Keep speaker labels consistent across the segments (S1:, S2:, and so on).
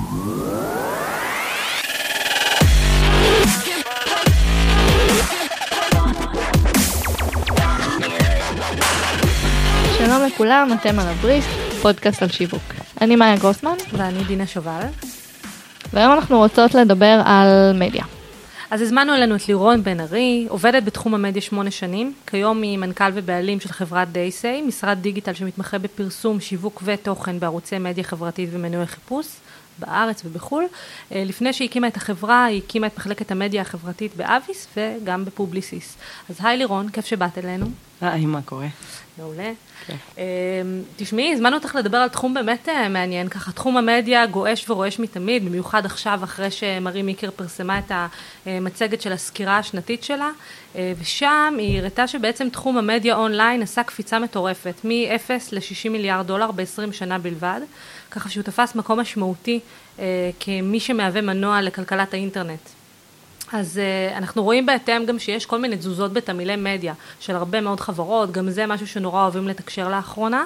S1: שלום לכולם, אתם על הבריף, פודקאסט על שיווק. אני מאיה גרוסמן.
S2: ואני דינה שובל.
S1: והיום אנחנו רוצות לדבר על מדיה.
S2: אז הזמנו אלינו את לירון בן ארי, עובדת בתחום המדיה 8 שנים, כיום היא מנכ"ל ובעלים של חברת דייסיי, משרד דיגיטל שמתמחה בפרסום, שיווק ותוכן בערוצי מדיה חברתית ומנועי חיפוש, בארץ ובחול. לפני שהיא הקימה את החברה, היא הקימה את מחלקת המדיה החברתית באביס וגם בפובליסיס. אז היי לירון, כיף שבאת אלינו.
S3: היי, מה קורה?
S2: מעולה. תשמעי, הזמנו אותך לדבר על תחום באמת מעניין, ככה תחום המדיה גועש ורועש מתמיד, במיוחד עכשיו אחרי שמרי מיקר פרסמה את המצגת של הסקירה השנתית שלה, ושם היא הראתה שבעצם תחום המדיה אונליין עשה קפיצה מטורפת, מ-0 ל-60 מיליארד דולר ב-20 שנה בלבד, ככה שהוא תפס מקום משמעותי כמי שמהווה מנוע לכלכלת האינטרנט. אז אנחנו רואים בהתאם גם שיש כל מיני תזוזות בתמילי מדיה של הרבה מאוד חברות, גם זה משהו שנורא אוהבים לתקשר לאחרונה,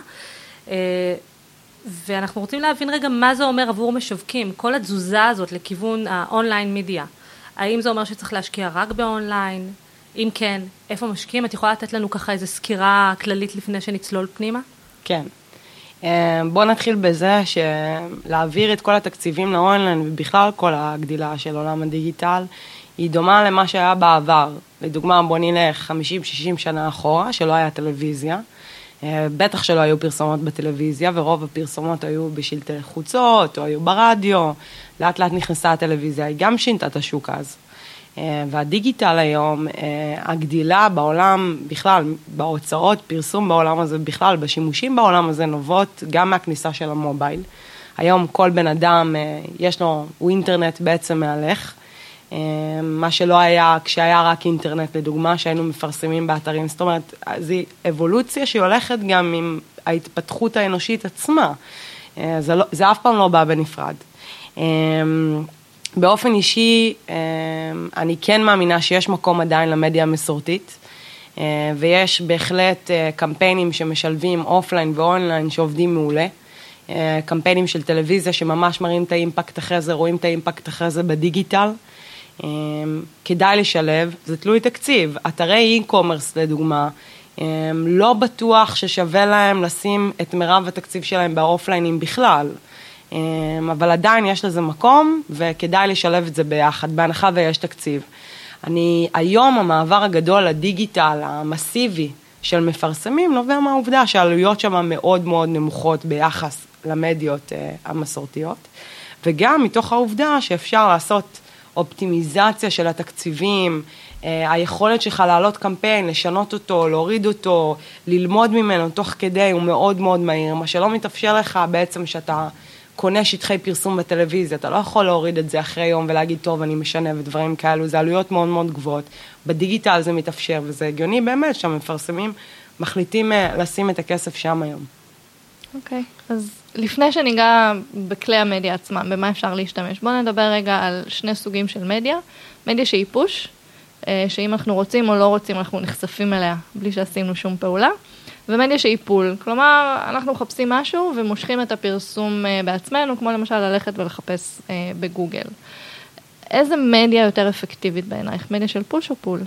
S2: ואנחנו רוצים להבין רגע מה זה אומר עבור משווקים, כל התזוזה הזאת לכיוון האונליין מדיה. האם זה אומר שצריך להשקיע רק באונליין? אם כן, איפה משקיעים? את יכולה לתת לנו ככה איזו סקירה כללית לפני שנצלול פנימה?
S3: כן. בוא נתחיל בזה שלהעביר את כל התקציבים לאונליין ובכלל כל הגדילה של עולם הדיגיטל, היא דומה למה שהיה בעבר. לדוגמה, בוא נלך 50-60 שנה אחורה, שלא היה טלוויזיה. בטח שלא היו פרסומות בטלוויזיה, ורוב הפרסומות היו בשלטי חוצות, או היו ברדיו. לאט לאט נכנסה הטלוויזיה, היא גם שינתה את השוק אז. והדיגיטל היום, הגדילה בעולם, בכלל, בהוצאות, פרסום בעולם הזה, בכלל, בשימושים בעולם הזה, נובעות גם מהכניסה של המובייל. היום כל בן אדם, יש לו, הוא אינטרנט בעצם מהלך, מה שלא היה כשהיה רק אינטרנט, לדוגמה, שהיינו מפרסמים באתרים, זאת אומרת, זו אבולוציה שהיא הולכת גם עם ההתפתחות האנושית עצמה, זה אף פעם לא בא בנפרד. באופן אישי, אני כן מאמינה שיש מקום עדיין למדיה המסורתית, ויש בהחלט קמפיינים שמשלבים אופליין ואונליין שעובדים מעולה, קמפיינים של טלוויזיה שממש מראים את האימפקט אחרי זה, רואים את האימפקט אחרי זה בדיגיטל, כדאי לשלב, זה תלוי תקציב, אתרי e-commerce לדוגמה, לא בטוח ששווה להם לשים את מרב התקציב שלהם באופליינים בכלל, אבל עדיין יש לזה מקום, וכדאי לשלב את זה ביחד, בהנחה ויש תקציב. היום המעבר הגדול לדיגיטל, המסיבי של מפרסמים, נובע מהעובדה שהעלויות שם מאוד מאוד נמוכות ביחס למדיות המסורתיות, וגם מתוך העובדה שאפשר לעשות אופטימיזציה של התקציבים, היכולת שלך לעלות קמפיין, לשנות אותו, להוריד אותו, ללמוד ממנו תוך כדי, הוא מאוד מאוד מהיר, מה שלא מתאפשר לך בעצם שאתה קונה שטחי פרסום בטלוויזיה, אתה לא יכול להוריד את זה אחרי יום ולהגיד, טוב, אני משנה ודברים כאלו, זה עלויות מאוד מאוד גבוהות. בדיגיטל זה מתאפשר, וזה הגיוני באמת שהמפרסמים מחליטים לשים את הכסף שם היום.
S1: אוקיי, אז לפני שניגע בכלי המדיה עצמם, במה אפשר להשתמש, בואו נדבר רגע על שני סוגים של מדיה. מדיה שהיא פוש, שאם אנחנו רוצים או לא רוצים, אנחנו נחשפים אליה בלי שעשינו שום פעולה. ומדיה שהיא פול, כלומר, אנחנו מחפשים משהו ומושכים את הפרסום בעצמנו, כמו למשל ללכת ולחפש בגוגל. איזה מדיה יותר אפקטיבית בעינייך? מדיה של פוש או פול?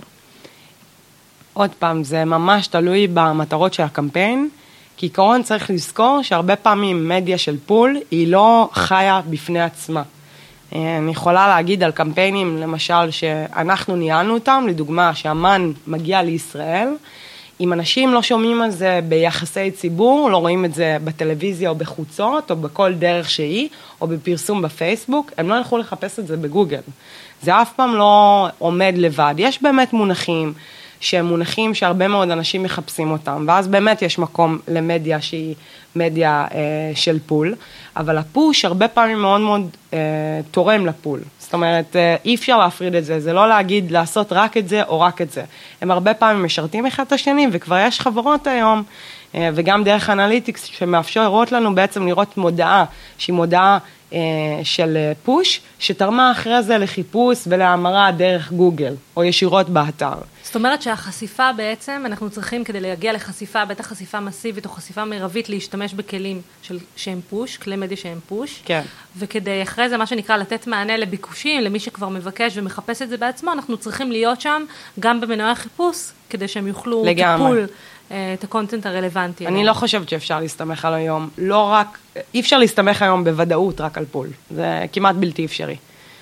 S3: עוד פעם, זה ממש תלוי במטרות של הקמפיין, כי עיקרון צריך לזכור שהרבה פעמים מדיה של פול היא לא חיה בפני עצמה. אני יכולה להגיד על קמפיינים, למשל, שאנחנו ניהלנו אותם, לדוגמה, שהמן מגיע לישראל, אם אנשים לא שומעים על זה ביחסי ציבור, לא רואים את זה בטלוויזיה או בחוצות, או בכל דרך שהיא, או בפרסום בפייסבוק, הם לא ילכו לחפש את זה בגוגל. זה אף פעם לא עומד לבד. יש באמת מונחים שהם מונחים שהרבה מאוד אנשים מחפשים אותם, ואז באמת יש מקום למדיה שהיא מדיה של פול, אבל הפוש הרבה פעמים מאוד מאוד תורם לפול. זאת אומרת, אי אפשר להפריד את זה, זה לא להגיד לעשות רק את זה או רק את זה. הם הרבה פעמים משרתים אחד את השני, וכבר יש חברות היום, וגם דרך אנליטיקס שמאפשרות לנו בעצם לראות מודעה, שהיא מודעה של פוש, שתרמה אחרי זה לחיפוש ולהמרה דרך גוגל, או ישירות באתר.
S2: זאת אומרת שהחשיפה בעצם, אנחנו צריכים כדי להגיע לחשיפה, בטח חשיפה מסיבית או חשיפה מרבית, להשתמש בכלים שהם פוש, כלי מדיה שהם פוש.
S3: כן.
S2: וכדי אחרי זה, מה שנקרא, לתת מענה לביקושים, למי שכבר מבקש ומחפש את זה בעצמו, אנחנו צריכים להיות שם גם במנועי החיפוש, כדי שהם יוכלו טיפול את הקונטנט הרלוונטי.
S3: אני לא חושבת שאפשר להסתמך על היום, אי אפשר להסתמך היום בוודאות רק על פול. זה כמעט בלתי אפשרי.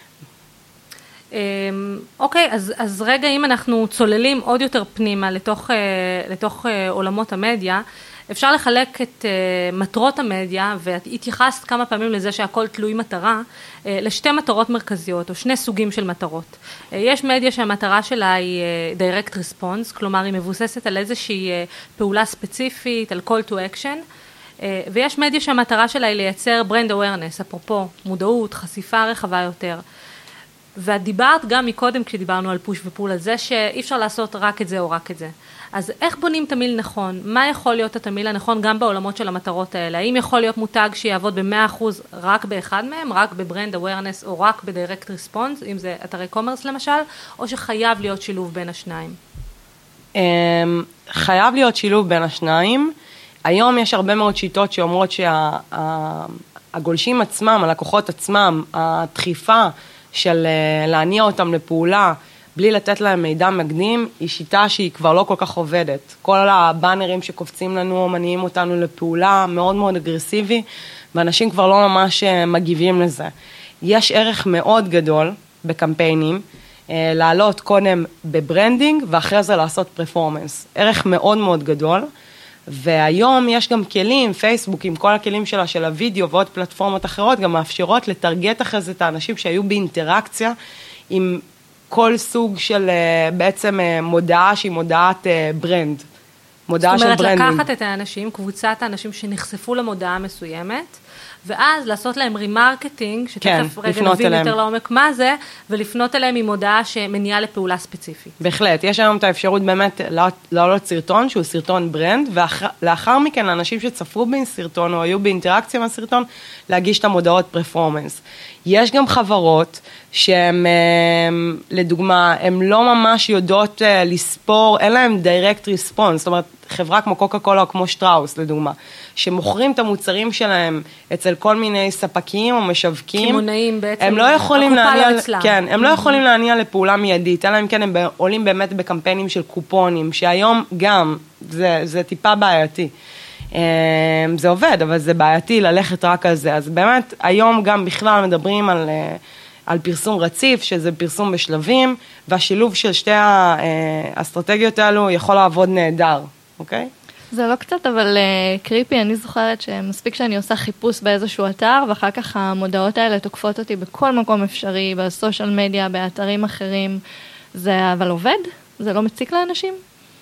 S2: אוקיי, אז רגע, אם אנחנו צוללים עוד יותר פנימה לתוך עולמות המדיה, אפשר לחלק את מטרות המדיה, והתייחסת כמה פעמים לזה שהכל תלוי מטרה, לשתי מטרות מרכזיות, או שני סוגים של מטרות. יש מדיה שהמטרה שלה היא direct response, כלומר היא מבוססת על איזושהי פעולה ספציפית, על call to action, ויש מדיה שהמטרה שלה היא לייצר brand awareness, אפרופו מודעות, חשיפה רחבה יותר. ואת דיברת גם מקודם כשדיברנו על פוש ופול, על זה שאי אפשר לעשות רק את זה או רק את זה. אז איך בונים תמיל נכון? מה יכול להיות התמיל הנכון גם בעולמות של המטרות האלה? האם יכול להיות מותג שיעבוד ב100% רק באחד מהם, רק בברנד אווירנס או רק בדיירקט ריספונס, אם זה אתרי קומרס למשל, או שחייב להיות שילוב בין השניים?
S3: חייב להיות שילוב בין השניים. היום יש הרבה מאוד שיטות שאומרות שהגולשים עצמם, הלקוחות עצמם, הדחיפה של להניע אותם לפעולה, בלי לתת להם מידע מקדים, היא שיטה שהיא כבר לא כל כך עובדת. כל הבאנרים שקופצים לנו, מניעים אותנו לפעולה מאוד מאוד אגרסיבי, ואנשים כבר לא ממש מגיבים לזה. יש ערך מאוד גדול בקמפיינים, לעלות קודם בברנדינג, ואחרי זה לעשות פרפורמנס. ערך מאוד מאוד גדול, והיום יש גם כלים, פייסבוק, עם כל הכלים שלה, של הוידאו ועוד פלטפורמות אחרות, גם מאפשרות לטרגט אחרי זה את האנשים שהיו באינטראקציה עם כל סוג של בעצם מודעה שהיא מודעת ברנד. מודעה של ברנדינג.
S2: זאת אומרת, לקחת את האנשים, קבוצת האנשים שנחשפו למודעה מסוימת, ואז לעשות להם רימרקטינג, שתכף רגע נבין יותר לעומק מה זה, ולפנות אליהם עם מודעה שמניעה לפעולה ספציפית.
S3: בהחלט, יש היום את האפשרות באמת לעלות סרטון, שהוא סרטון ברנד, ולאחר מכן, האנשים שצפרו בסרטון, או היו באינטראקציה עם הסרטון, להגיש את המודעות פרפורמנס. יש גם חברות שהן, לדוגמה, הן לא ממש יודעות לספור, אין להן direct response, זאת אומרת, חברה כמו קוקה קולה או כמו שטראוס, לדוגמה, שמוכרים את המוצרים שלהם אצל כל מיני ספקים או משווקים.
S2: כימונאים בעצם.
S3: הם לא יכולים להניע, כן, הם לא יכולים להניע לפעולה מיידית, אלא אם כן הם עולים באמת בקמפיינים של קופונים, שהיום גם, זה טיפה בעייתי. זה עובד, אבל זה בעייתי ללכת רק על זה. אז באמת, היום גם בכלל מדברים על פרסום רציף, שזה פרסום בשלבים, והשילוב של שתי האסטרטגיות האלו יכול לעבוד נהדר, אוקיי?
S1: זה לא קצת, אבל קריפי, אני זוכרת שמספיק שאני עושה חיפוש באיזשהו אתר, ואחר כך המודעות האלה תוקפות אותי בכל מקום אפשרי, בסושיאל מדיה, באתרים אחרים. זה אבל עובד? זה לא מציק לאנשים?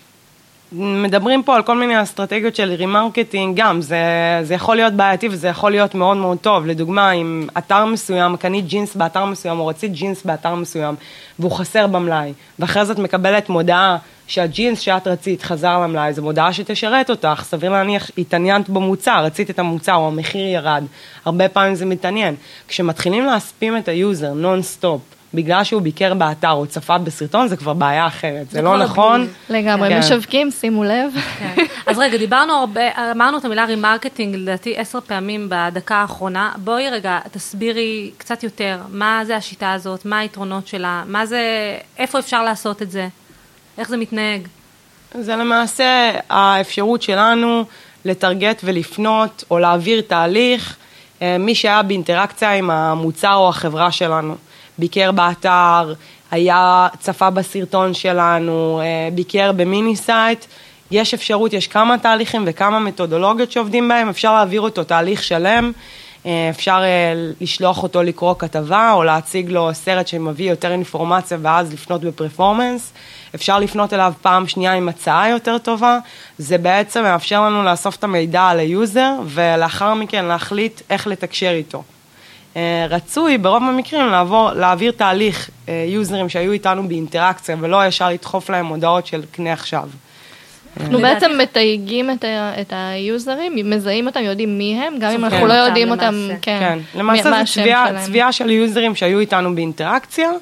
S3: מדברים פה על כל מיני אסטרטגיות של רימרקטינג, גם זה יכול להיות בעייתי וזה יכול להיות מאוד מאוד טוב. לדוגמה, אם אתר מסוים, קנית ג'ינס באתר מסוים או רצית ג'ינס באתר מסוים והוא חסר במלאי, ואחרי זה את מקבלת מודעה שהג'ינס שאת רצית חזר למלאי, זו מודעה שתשרת אותך, סביר להניח, התעניינת במוצר, רצית את המוצר או המחיר ירד, הרבה פעמים זה מתעניין. כשמתחילים להספים את היוזר נון סטופ, בגלל שהוא ביקר באתר או צפה בסרטון, זה כבר בעיה אחרת. זה לא נכון.
S1: לגמרי, משווקים, שימו לב.
S2: אז רגע, דיברנו הרבה, אמרנו את המילה רימרקטינג, לדעתי 10 פעמים בדקה האחרונה. בואי רגע, תסבירי קצת יותר, מה זה השיטה הזאת, מה היתרונות שלה, מה זה, איפה אפשר לעשות את זה, איך זה מתנהג?
S3: זה למעשה האפשרות שלנו לטרגט ולפנות, או להעביר תהליך, מי שהיה באינטראקציה עם המוצר או החברה שלנו. ביקר באתר, היה צפה בסרטון שלנו, ביקר במיני סייט, יש אפשרות, יש כמה תהליכים וכמה מתודולוגיות שעובדים בהם, אפשר להעביר אותו תהליך שלם, אפשר לשלוח אותו לקרוא כתבה, או להציג לו סרט שמביא יותר אינפורמציה ואז לפנות בפרפורמנס, אפשר לפנות אליו פעם שנייה עם הצעה יותר טובה, זה בעצם מאפשר לנו לאסוף את המידע על היוזר, ולאחר מכן להחליט איך לתקשר איתו. רצוי ברוב המקרים להעביר תהליך יוזרים שהיו איתנו באינטראקציה, ולא ישר לדחוף להם הודעות של קנה עכשיו.
S1: אנחנו בעצם מתייגים את היוזרים, מזהים אותם, יודעים מי הם, גם אם אנחנו לא יודעים אותם,
S3: כן. למעשה זה צביעה של יוזרים שהיו איתנו באינטראקציה,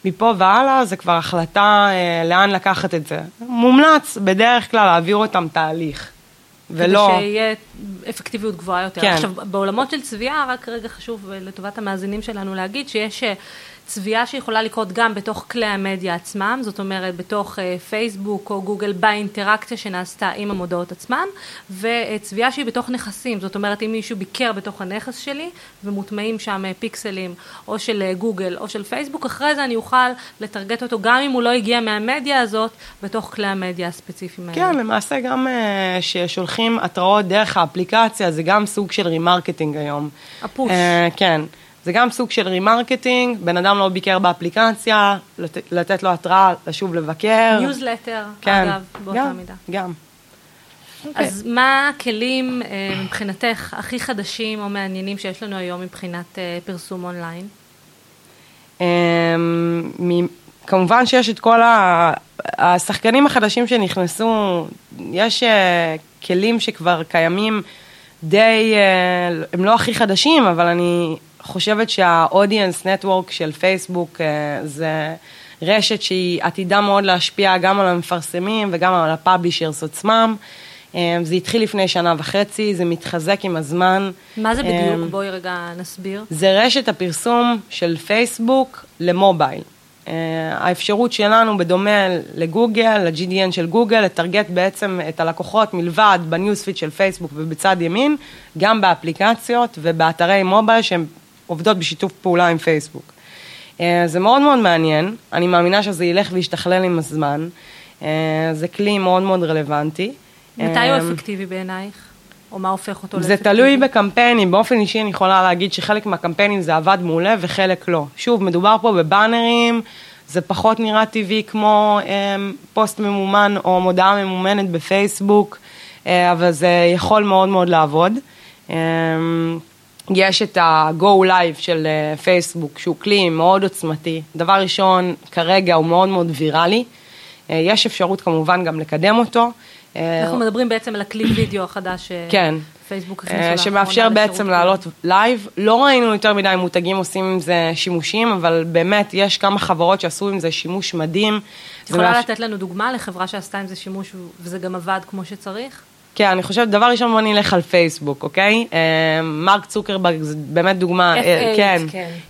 S3: מפה והלאה זה כבר החלטה לאן לקחת את זה. מומלץ בדרך כלל להעביר אותם תהליך. ולא...
S2: כדי שיהיה אפקטיביות גבוהה יותר.
S3: כן.
S2: עכשיו, בעולמות של צביעה, רק רגע חשוב לטובת המאזינים שלנו להגיד שיש צביעה שיכולה לקרות גם בתוך כלי המדיה עצמם, זאת אומרת בתוך פייסבוק או גוגל באינטראקציה שנעשתה עם המודעות עצמם, וצביעה שהיא בתוך נכסים, זאת אומרת אם מישהו ביקר בתוך הנכס שלי ומוטמעים שם פיקסלים או של גוגל או של פייסבוק, אחרי זה אני אוכל לטרגט אותו גם אם הוא לא הגיע מהמדיה הזאת בתוך כלי המדיה הספציפיים האלה.
S3: כן, למעשה גם ששולחים התראות דרך האפליקציה, זה גם סוג של רימרקטינג היום.
S2: הפוש.
S3: כן. זה גם סוג של רימרקטינג, בן אדם לא ביקר באפליקציה, לתת לו התראה, לשוב לבקר.
S2: ניוזלטר,
S3: כן,
S2: אגב, באותה מידה.
S3: גם.
S2: אז מה הכלים מבחינתך הכי חדשים או מעניינים שיש לנו היום מבחינת פרסום אונליין?
S3: כמובן שיש את כל השחקנים החדשים שנכנסו, יש כלים שכבר קיימים די, הם לא הכי חדשים, אבל אני חושבת שהאודיאנס נטוורק של פייסבוק זה רשת שהיא עתידה מאוד להשפיע גם על המפרסמים וגם על הפאבלישרס עצמם. זה התחיל לפני 1.5 שנה, זה מתחזק עם הזמן.
S2: מה זה בדיוק? בואי רגע נסביר.
S3: זה רשת הפרסום של פייסבוק למובייל. האפשרות שלנו בדומה לגוגל, ל-GDN של גוגל, לטרגט בעצם את הלקוחות מלבד בניוספיד של פייסבוק ובצד ימין, גם באפליקציות ובאתרי מובייל שהן עובדות בשיתוף פעולה עם פייסבוק. זה מאוד מאוד מעניין, אני מאמינה שזה ילך וישתכלל עם הזמן, זה כלי מאוד מאוד רלוונטי.
S2: מתי הוא אפקטיבי בעינייך? או מה הופך אותו
S3: זה תלוי בקמפיינים, באופן אישי אני יכולה להגיד שחלק מהקמפיינים זה עבד מעולה וחלק לא. שוב, מדובר פה בבאנרים, זה פחות נראה טבעי כמו פוסט ממומן או מודעה ממומנת בפייסבוק, אבל זה יכול מאוד מאוד לעבוד. יש את ה-Go Live של פייסבוק, שהוא כלי מאוד עוצמתי. דבר ראשון, כרגע הוא מאוד מאוד ויראלי. יש אפשרות כמובן גם לקדם אותו.
S2: אנחנו מדברים בעצם על הכלי וידאו החדש שפייסבוק הכניסו לאחרונה.
S3: שמאפשר בעצם לעלות לייב. לא ראינו יותר מדי מותגים עושים עם זה שימושים, אבל באמת יש כמה חברות שעשו עם זה שימוש מדהים.
S2: יכולה לתת לנו דוגמה לחברה שעשתה עם זה שימוש וזה גם עבד כמו שצריך?
S3: כן, אני חושבת, דבר ראשון בוא נלך על פייסבוק, אוקיי? מרק צוקרברג, זה באמת דוגמה.
S2: כן.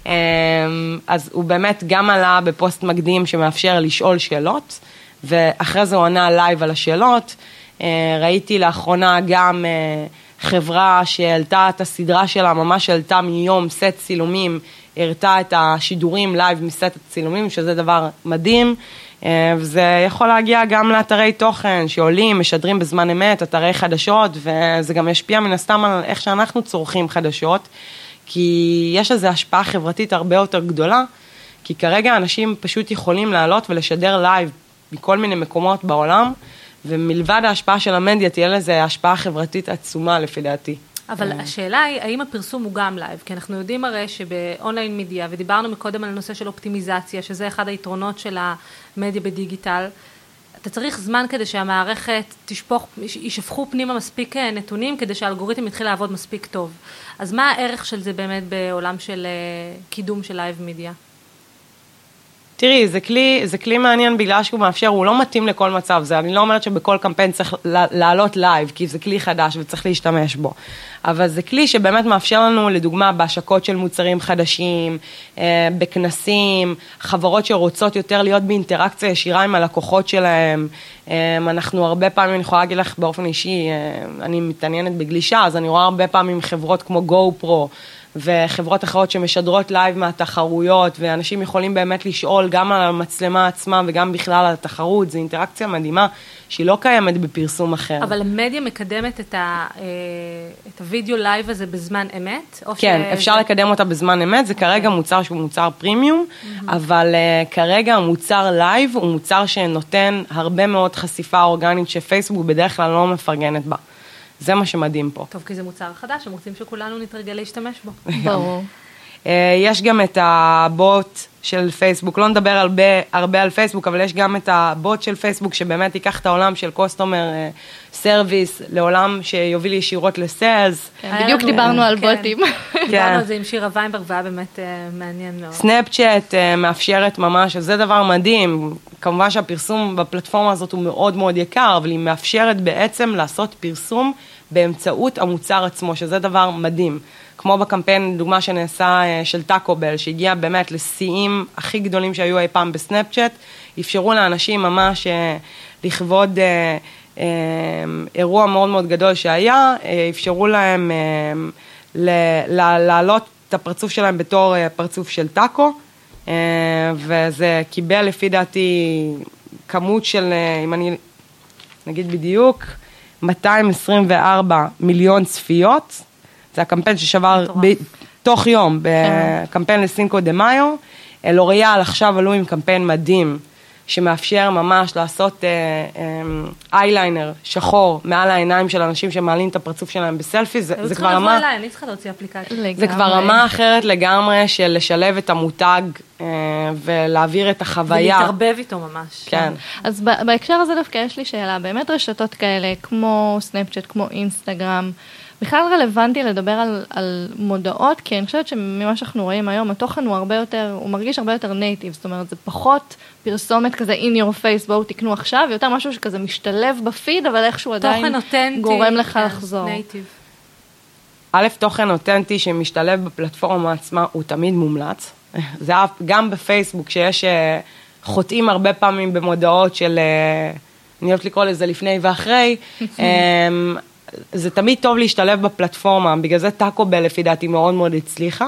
S3: אז הוא באמת גם עלה בפוסט מקדים שמאפשר לשאול שאלות, ואחרי זה הוא ענה לייב על השאלות. ראיתי לאחרונה גם חברה שהעלתה את הסדרה שלה, ממש העלתה מיום סט צילומים, הראתה את השידורים לייב מסט הצילומים, שזה דבר מדהים, וזה יכול להגיע גם לאתרי תוכן שעולים, משדרים בזמן אמת, אתרי חדשות, וזה גם ישפיע מן הסתם על איך שאנחנו צורכים חדשות, כי יש לזה השפעה חברתית הרבה יותר גדולה, כי כרגע אנשים פשוט יכולים לעלות ולשדר לייב מכל מיני מקומות בעולם, ומלבד ההשפעה של המדיה תהיה לזה השפעה חברתית עצומה לפי דעתי.
S2: אבל השאלה היא, האם הפרסום הוא גם לייב? כי אנחנו יודעים הרי שבאונליין מדיה, ודיברנו מקודם על הנושא של אופטימיזציה, שזה אחד היתרונות של המדיה בדיגיטל, אתה צריך זמן כדי שהמערכת ישפכו פנימה מספיק נתונים, כדי שהאלגוריתם יתחיל לעבוד מספיק טוב. אז מה הערך של זה באמת בעולם של קידום של לייב מדיה?
S3: תראי, זה כלי מעניין בגלל שהוא מאפשר, הוא לא מתאים לכל מצב, אני לא אומרת שבכל קמפיין צריך לעלות לייב, כי זה כלי חדש וצריך להשתמש בו, אבל זה כלי שבאמת מאפשר לנו, לדוגמה, בהשקות של מוצרים חדשים, בכנסים, חברות שרוצות יותר להיות באינטראקציה ישירה עם הלקוחות שלהם, אנחנו הרבה פעמים, אני יכולה להגיד לך באופן אישי, אני מתעניינת בגלישה, אז אני רואה הרבה פעמים חברות כמו GoPro, וחברות אחרות שמשדרות לייב מהתחרויות, ואנשים יכולים באמת לשאול גם על המצלמה עצמה וגם בכלל על התחרות, זו אינטראקציה מדהימה שהיא לא קיימת בפרסום אחר.
S2: אבל המדיה מקדמת את הוידאו לייב הזה בזמן אמת?
S3: כן, אפשר לקדם אותה בזמן אמת, זה כרגע מוצר שהוא מוצר פרימיום, אבל כרגע המוצר לייב הוא מוצר שנותן הרבה מאוד חשיפה אורגנית שפייסבוק בדרך כלל לא מפרגנת בה. זה מה שמדהים פה.
S2: טוב, כי זה מוצר חדש, הם רוצים שכולנו נתרגל להשתמש בו.
S1: ברור.
S3: יש גם את הבוט של פייסבוק, לא נדבר הרבה על פייסבוק, אבל יש גם את הבוט של פייסבוק, שבאמת ייקח את העולם של קוסטומר סרוויס, לעולם שיוביל ישירות לסיילס.
S1: בדיוק דיברנו על בוטים.
S2: דיברנו על זה עם שירה ויינברג, והיה באמת מעניין מאוד.
S3: סנאפצ'אט מאפשרת ממש, אז זה דבר מדהים, כמובן שהפרסום בפלטפורמה הזאת הוא מאוד מאוד יקר, אבל היא מאפשרת בעצם לעשות פרסום באמצעות המוצר עצמו, שזה דבר מדהים. כמו בקמפיין, דוגמה שנעשה של טאקו בל, שהגיע באמת לשיאים הכי גדולים שהיו אי פעם בסנאפצ'אט, אפשרו לאנשים ממש לכבוד אירוע מאוד מאוד גדול שהיה, אפשרו להם להעלות את הפרצוף שלהם בתור פרצוף של טאקו, וזה קיבל לפי דעתי כמות של, אם אני נגיד בדיוק, 224 מיליון צפיות, זה הקמפיין ששבר בתוך יום, בקמפיין לסינקו דה מאיו. לוריאל עכשיו עלו עם קמפיין מדהים, שמאפשר ממש לעשות אייליינר שחור מעל העיניים של אנשים שמעלים את הפרצוף שלהם בסלפי. זה כבר רמה,
S2: אני צריכה להוציא אפליקציה.
S3: זה כבר רמה אחרת לגמרי של לשלב את המותג ולהעביר את החוויה.
S2: ולהתערבב איתו ממש.
S3: כן.
S1: אז בהקשר הזה דווקא יש לי שאלה, באמת רשתות כאלה כמו סנאפצ'אט, כמו אינסטגרם, בכלל רלוונטי לדבר על מודעות, כי אני חושבת שממה שאנחנו רואים היום, התוכן הוא הרבה יותר, הוא מרגיש הרבה יותר נייטיב, זאת אומרת, זה פחות פרסומת כזה in your face, בואו תקנו עכשיו, יותר משהו שכזה משתלב בפיד, אבל איכשהו עדיין גורם לך לחזור.
S2: נייטיב.
S3: א', תוכן אותנטי שמשתלב בפלטפורמה עצמה, הוא תמיד מומלץ. זה גם בפייסבוק, שיש חוטאים הרבה פעמים במודעות של, אני אוהבת לקרוא לזה לפני ואחרי, זה תמיד טוב להשתלב בפלטפורמה, בגלל זה טאקו בל לפי דעתי מאוד מאוד הצליחה.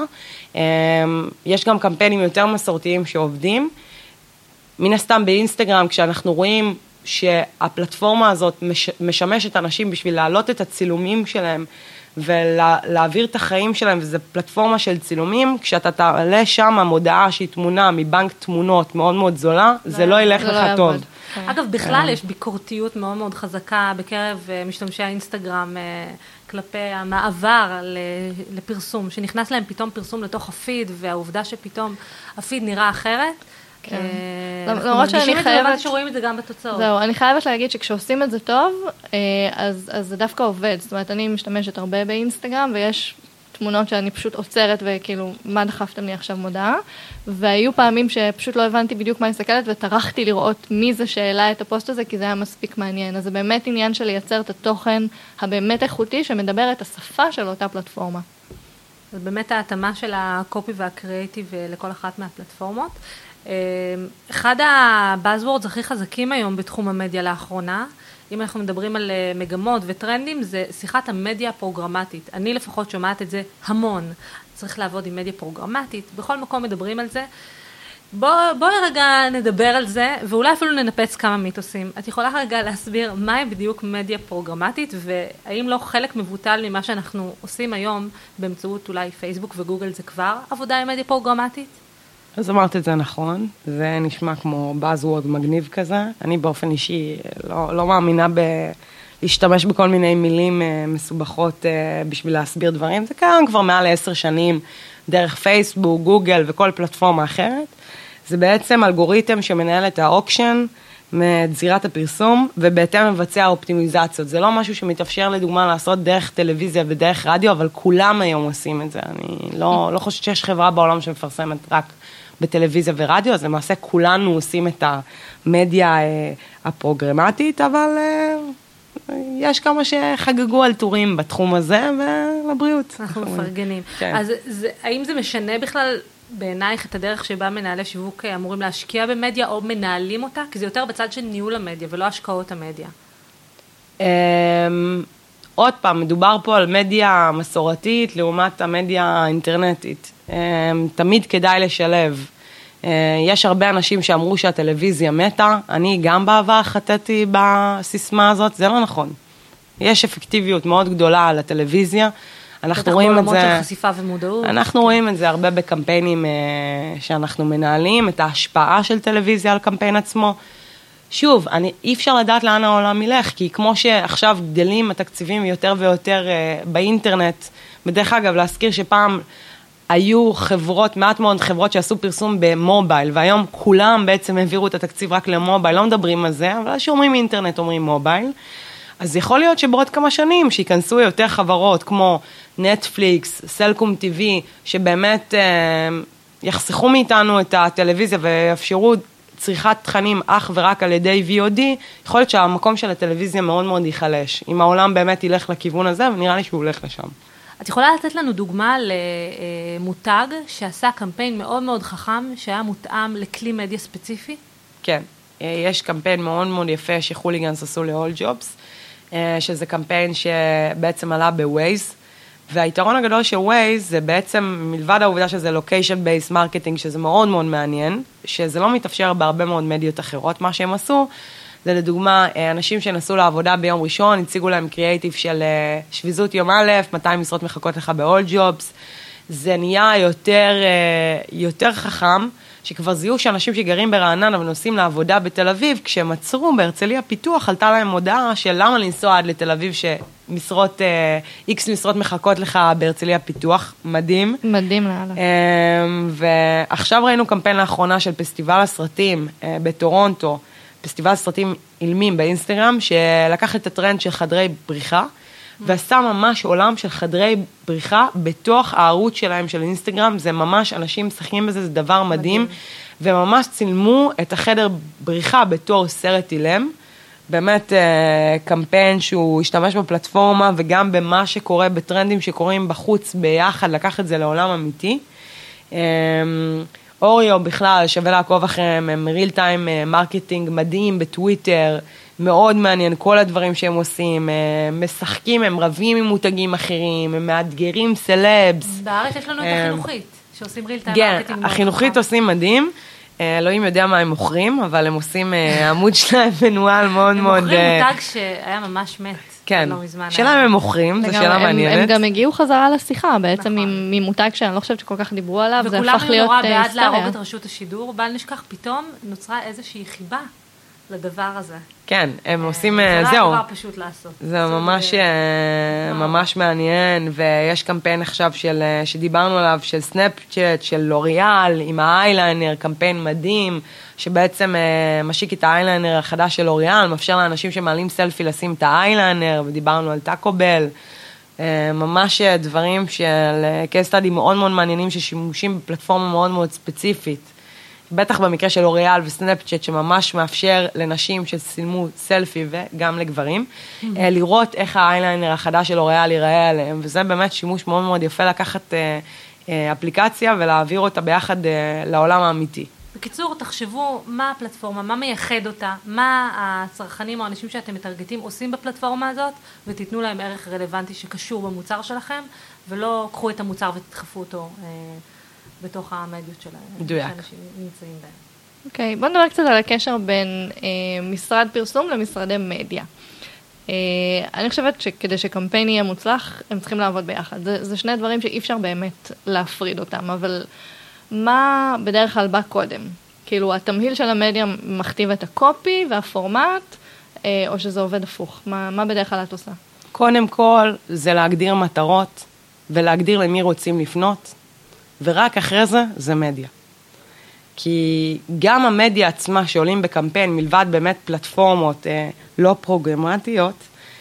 S3: יש גם קמפיינים יותר מסורתיים שעובדים. מן הסתם באינסטגרם, כשאנחנו רואים שהפלטפורמה הזאת משמשת אנשים בשביל להעלות את הצילומים שלהם, ולהעביר את החיים שלהם, וזו פלטפורמה של צילומים, כשאתה תעלה שם מודעה שהיא תמונה מבנק תמונות מאוד מאוד זולה, זה לא ילך לך טוב.
S2: אגב, בכלל יש ביקורתיות מאוד מאוד חזקה בקרב משתמשי האינסטגרם כלפי המעבר לפרסום, שנכנס להם פתאום פרסום לתוך הפיד, והעובדה שפתאום הפיד נראה אחרת. אנחנו מרגישים את זה, אבל שרואים את זה גם בתוצאות.
S1: זהו, אני חייבת להגיד שכשעושים את זה טוב, אז זה דווקא עובד. זאת אומרת, אני משתמשת הרבה באינסטגרם, ויש תמונות שאני פשוט עוצרת, וכאילו, מה דחפתם לי עכשיו מודעה? והיו פעמים שפשוט לא הבנתי בדיוק מה אני מסתכלת, וטרחתי לראות מי זה שהעלה את הפוסט הזה, כי זה היה מספיק מעניין. אז זה באמת עניין של לייצר את התוכן הבאמת איכותי, שמדבר את השפה של אותה פלטפורמה.
S2: זה באמת ההתאמה של הקופי והקריאיטיב לכל אחת מהפלטפורמות. אחד הבאזוורדס הכי חזקים היום בתחום המדיה לאחרונה, אם אנחנו מדברים על מגמות וטרנדים, זה שיחת המדיה הפרוגרמטית. אני לפחות שומעת את זה המון. צריך לעבוד עם מדיה פרוגרמטית, בכל מקום מדברים על זה. בואי רגע נדבר על זה, ואולי אפילו ננפץ כמה מיתוסים. את יכולה רגע להסביר מהי בדיוק מדיה פרוגרמטית, והאם לא חלק מבוטל ממה שאנחנו עושים היום, באמצעות אולי פייסבוק וגוגל, זה כבר עבודה עם מדיה פרוגרמטית?
S3: אז אמרת את זה נכון, זה נשמע כמו באזוורד מגניב כזה. אני באופן אישי לא מאמינה להשתמש בכל מיני מילים מסובכות בשביל להסביר דברים. זה קיים כבר מעל 10 שנים, דרך פייסבוק, גוגל וכל פלטפורמה אחרת. זה בעצם אלגוריתם שמנהל את האוקשן מזירת הפרסום, ובהתאם מבצע אופטימיזציות. זה לא משהו שמתאפשר לדוגמה לעשות דרך טלוויזיה ודרך רדיו, אבל כולם היום עושים את זה. אני לא חושבת שיש חברה בעולם שמפרסמת רק בטלוויזיה ורדיו, אז למעשה כולנו עושים את המדיה הפרוגרמטית, אבל יש כמה שחגגו על טורים בתחום הזה, ולבריאות.
S2: אנחנו מפרגנים. אז האם זה משנה בכלל בעינייך את הדרך שבה מנהלי שיווק אמורים להשקיע במדיה, או מנהלים אותה? כי זה יותר בצד של ניהול המדיה, ולא השקעות המדיה.
S3: עוד פעם, מדובר פה על מדיה מסורתית, לעומת המדיה האינטרנטית. תמיד כדאי לשלב. יש הרבה אנשים שאמרו שהטלוויזיה מתה, אני גם בעבר חטאתי בסיסמה הזאת, זה לא נכון. יש אפקטיביות מאוד גדולה על הטלוויזיה, אנחנו רואים את זה,
S2: של חשיפה ומודעות.
S3: אנחנו רואים את זה הרבה בקמפיינים שאנחנו מנהלים, את ההשפעה של טלוויזיה על קמפיין עצמו. שוב, אי אפשר לדעת לאן העולם ילך, כי כמו שעכשיו גדלים התקציבים יותר ויותר באינטרנט, בדרך אגב, להזכיר שפעם היו חברות, מעט מאוד חברות שעשו פרסום במובייל, והיום כולם בעצם העבירו את התקציב רק למובייל, לא מדברים על זה, אבל שאומרים אינטרנט אומרים מובייל, אז יכול להיות שבעוד כמה שנים שיכנסו יותר חברות כמו נטפליקס, סלקום טיווי, שבאמת יחסכו מאיתנו את הטלוויזיה ויאפשרו צריכת תכנים אך ורק על ידי VOD, יכול להיות שהמקום של הטלוויזיה מאוד מאוד ייחלש. אם העולם באמת ילך לכיוון הזה, ונראה לי שהוא הולך לשם.
S2: את יכולה לתת לנו דוגמה למותג שעשה קמפיין מאוד מאוד חכם, שהיה מותאם לכלי מדיה ספציפי?
S3: כן, יש קמפיין מאוד מאוד יפה שחוליגנס עשו ל-All Jobs, שזה קמפיין שבעצם עלה בווייז, והיתרון הגדול של ווייז זה בעצם, מלבד העובדה שזה location based marketing, שזה מאוד מאוד מעניין, שזה לא מתאפשר בהרבה מאוד מדיות אחרות, מה שהם עשו, זה לדוגמה, אנשים שנסעו לעבודה ביום ראשון, הציגו להם קריאייטיב של שביזות יום א', 200 משרות מחכות לך ב-All Jobs, זה נהיה יותר חכם, שכבר זיהו שאנשים שגרים ברעננה ונוסעים לעבודה בתל אביב, כשהם עצרו בהרצליה פיתוח, עלתה להם הודעה של למה לנסוע עד לתל אביב, שמשרות, X משרות מחכות לך בהרצליה פיתוח, מדהים.
S1: מדהים לאללה.
S3: ועכשיו ראינו קמפיין לאחרונה של פסטיבל הסרטים בטורונטו, פסטיבל סרטים אילמים באינסטגרם, שלקח את הטרנד של חדרי בריחה, ועשה ממש עולם של חדרי בריחה בתוך הערוץ שלהם של אינסטגרם, זה ממש, אנשים משחקים בזה, זה דבר מדהים, וממש צילמו את החדר בריחה בתור סרט אילם, באמת קמפיין שהוא השתמש בפלטפורמה, וגם במה שקורה, בטרנדים שקורים בחוץ ביחד, לקח את זה לעולם אמיתי. אוריו בכלל, שווה לעקוב אחריהם, הם ריל טיים מרקטינג מדהים בטוויטר, מאוד מעניין, כל הדברים שהם עושים, משחקים, הם רבים עם מותגים אחרים, הם מאתגרים סלבס.
S2: בארץ יש לנו את החינוכית, שעושים ריל טיים מרקטינג.
S3: כן, החינוכית עושים מדהים, אלוהים יודע מה הם מוכרים, אבל הם עושים עמוד שלהם מנוהל מאוד מאוד...
S2: הם מוכרים מותג שהיה ממש מת.
S3: כן, שאלה הם מוכרים, זו שאלה מעניינת.
S1: הם גם הגיעו חזרה לשיחה, בעצם ממותג שאני לא חושבת שכל כך דיברו עליו, זה הפך להיות
S2: וכולם נורא בעד להרוג את רשות השידור, בל נשכח, פתאום נוצרה איזושהי חיבה לדבר הזה.
S3: כן, הם עושים,
S2: זהו.
S3: זהו.
S2: זה דבר פשוט לעשות.
S3: זה ממש מעניין, ויש קמפיין עכשיו שדיברנו עליו, של סנאפצ'אט, של לוריאל, עם האייליינר, קמפיין מדהים, שבעצם משיק את האייליינר החדש של לוריאל, מאפשר לאנשים שמעלים סלפי לשים את האייליינר, ודיברנו על טאקובל, ממש דברים של קייס סטאדי מאוד מאוד מעניינים, ששימושים בפלטפורמה מאוד מאוד ספציפית, בטח במקרה של לוריאל וסנאפצ'אט, שממש מאפשר לנשים שצילמו סלפי וגם לגברים, לראות איך האייליינר החדש של לוריאל ייראה עליהם, וזה באמת שימוש מאוד מאוד יפה לקחת אפליקציה ולהעביר אותה ביחד לעולם האמיתי.
S2: בקיצור, תחשבו מה הפלטפורמה, מה מייחד אותה, מה הצרכנים או האנשים שאתם מטרגטים עושים בפלטפורמה הזאת, ותיתנו להם ערך רלוונטי שקשור במוצר שלכם, ולא קחו את המוצר ותדחפו אותו בתוך המדיות שלהם.
S3: מדויק.
S2: שאנשים נמצאים בהם.
S1: אוקיי, בוא נדבר קצת על הקשר בין משרד פרסום למשרדי מדיה. אני חושבת שכדי שקמפיין יהיה מוצלח, הם צריכים לעבוד ביחד. זה שני דברים שאי אפשר באמת להפריד אותם, אבל מה בדרך כלל בא קודם? כאילו, התמהיל של המדיה מכתיב את הקופי והפורמט, או שזה עובד הפוך? מה בדרך כלל את עושה?
S3: קודם כל, זה להגדיר מטרות, ולהגדיר למי רוצים לפנות, ורק אחרי זה, זה מדיה. כי גם המדיה עצמה שעולים בקמפיין, מלבד באמת פלטפורמות לא פרוגרמטיות,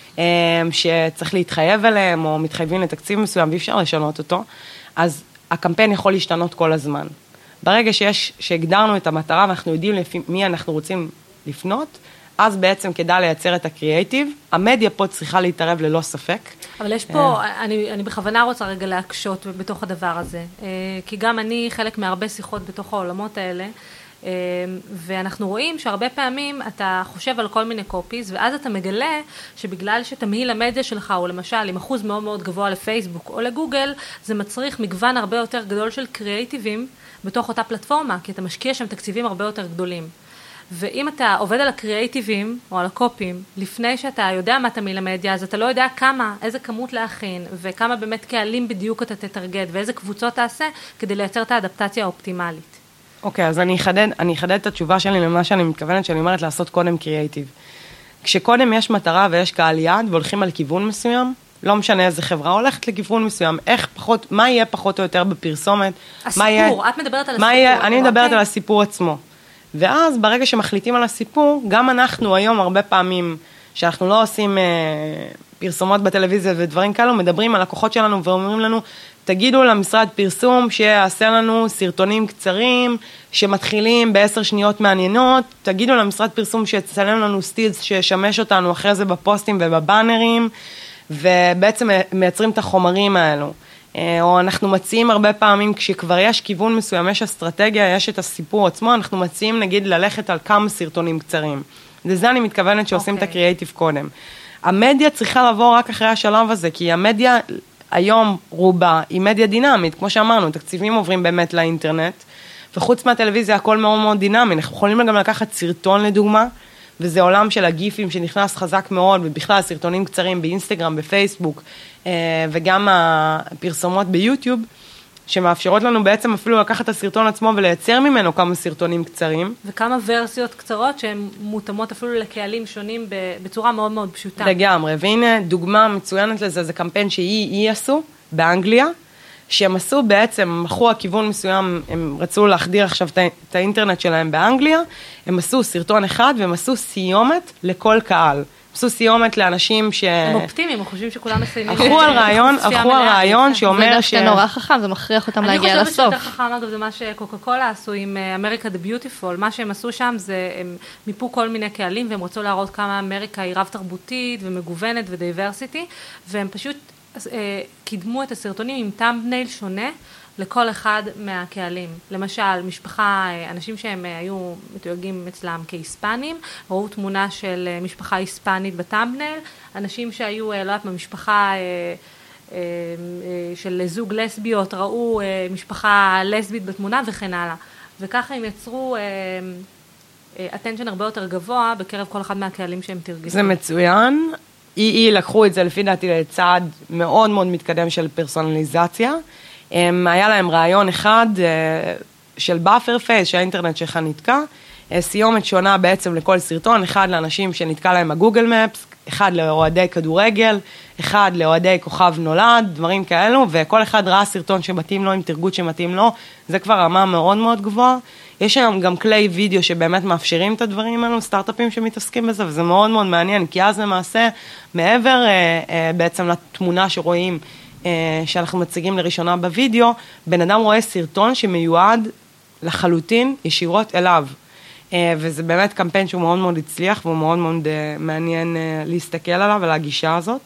S3: שצריך להתחייב אליהם, או מתחייבים לתקציב מסוים, ואי אפשר לשנות אותו, אז הקמפיין יכול להשתנות כל הזמן. ברגע שהגדרנו את המטרה, ואנחנו יודעים לפי מי אנחנו רוצים לפנות, אז בעצם כדאי לייצר את הקריאייטיב. המדיה פה צריכה להתערב ללא ספק.
S2: אבל יש פה, אני בכוונה רוצה רגע להקשות בתוך הדבר הזה, כי גם אני חלק מהרבה שיחות בתוך העולמות האלה, ואנחנו רואים שהרבה פעמים אתה חושב על כל מיני קופיז, ואז אתה מגלה שבגלל שתמהיל המדיה שלך, או למשל עם אחוז מאוד מאוד גבוה לפייסבוק או לגוגל, זה מצריך מגוון הרבה יותר גדול של קריאייטיבים בתוך אותה פלטפורמה, כי אתה משקיע שם תקציבים הרבה יותר גדולים. ואם אתה עובד על הקריאייטיבים או על הקופים, לפני שאתה יודע מה תמהיל המדיה, אז אתה לא יודע איזה כמות להכין, וכמה באמת קהלים בדיוק אתה תתרגד, ואיזה קבוצות תעשה, כדי לייצר את האדפטציה האופטימלית.
S3: אוקיי, אז אני אחדד את התשובה שלי למה שאני מתכוונת, שאני אומרת לעשות קודם קריאייטיב. כשקודם יש מטרה ויש קהל יעד, והולכים על כיוון מסוים, לא משנה איזה חברה, הולכת לכיוון מסוים, מה יהיה פחות או יותר בפרסומת?
S2: הסיפור, את מדברת על הסיפור.
S3: אני מדברת על הסיפור עצמו. ואז ברגע שמחליטים על הסיפור, גם אנחנו היום הרבה פעמים, שאנחנו לא עושים פרסומות בטלוויזיה ודברים כאלו, מדברים על לקוחות שלנו ואומרים לנו, תגידו למשרד פרסום שיעשה לנו סרטונים קצרים, שמתחילים ב10 שניות מעניינות, תגידו למשרד פרסום שיצלם לנו סטילס שישמש אותנו אחרי זה בפוסטים ובבאנרים, ובעצם מייצרים את החומרים האלו. או אנחנו מציעים הרבה פעמים, כשכבר יש כיוון מסוים, יש אסטרטגיה, יש את הסיפור עצמו, אנחנו מציעים נגיד ללכת על כמה סרטונים קצרים. לזה אני מתכוונת שעושים את הקריאייטיב קודם. המדיה צריכה לבוא רק אחרי השלב הזה, כי המדיה היום רובה היא מדיה דינמית, כמו שאמרנו, תקציבים עוברים באמת לאינטרנט, וחוץ מהטלוויזיה הכל מאוד מאוד דינמי, אנחנו יכולים גם לקחת סרטון לדוגמה, וזה עולם של הגיפים שנכנס חזק מאוד, ובכלל סרטונים קצרים באינסטגרם, בפייסבוק, וגם הפרסומות ביוטיוב, שמאפשרות לנו בעצם אפילו לקחת את הסרטון עצמו ולייצר ממנו כמה סרטונים קצרים.
S2: וכמה ורסיות קצרות שהן מותאמות אפילו לקהלים שונים בצורה מאוד מאוד פשוטה.
S3: לגמרי, והנה דוגמה מצוינת לזה, זה קמפיין שהיא עשו באנגליה, שהם עשו בעצם, מחו הכיוון מסוים, הם רצו להחדיר עכשיו את האינטרנט שלהם באנגליה, הם עשו סרטון אחד והם עשו סיומת לכל קהל. עשו סיומת לאנשים
S2: הם אופטימיים, הם חושבים שכולם מסיימים.
S3: הלכו על רעיון שאומר
S1: זה נורא חכם, זה מכריח אותם להגיע לסוף.
S2: אני חושבת שיותר חכם, אגב, זה מה שקוקה קולה עשו עם אמריקה דה ביוטיפול, מה שהם עשו שם זה, הם מיפו כל מיני קהלים, והם רצו להראות כמה אמריקה היא רב תרבותית ומגוונת ודייברסיטי, והם פשוט קידמו את הסרטונים עם טאמבנייל שונה, לכל אחד מהקהלים. למשל, משפחה, אנשים שהם היו מתויגים אצלם כהיספנים, ראו תמונה של משפחה היספנית בטאמבנייל, אנשים שהיו, לא יודעת, במשפחה של זוג לסביות, ראו משפחה לסבית בתמונה וכן הלאה. וככה הם יצרו attention הרבה יותר גבוה בקרב כל אחד מהקהלים שהם תרגשו.
S3: זה מצוין. לקחו את זה לפי דעתי לצעד מאוד מאוד מתקדם של פרסונליזציה. היה להם רעיון אחד של באפר פייס שהאינטרנט שלך נתקע, סיומת שונה בעצם לכל סרטון, אחד לאנשים שנתקע להם הגוגל מפס, אחד לאוהדי כדורגל, אחד לאוהדי כוכב נולד, דברים כאלו, וכל אחד ראה סרטון שמתאים לו עם תרגות שמתאים לו, זה כבר רמה מאוד מאוד גבוהה. יש היום גם כלי וידאו שבאמת מאפשרים את הדברים האלו, סטארט-אפים שמתעסקים בזה, וזה מאוד מאוד מעניין, כי אז למעשה, מעבר בעצם לתמונה שרואים, שאנחנו מציגים לראשונה בווידאו, בן אדם רואה סרטון שמיועד לחלוטין ישירות אליו. וזה באמת קמפיין שהוא מאוד מאוד הצליח, והוא מאוד מאוד מעניין להסתכל עליו, על הגישה הזאת.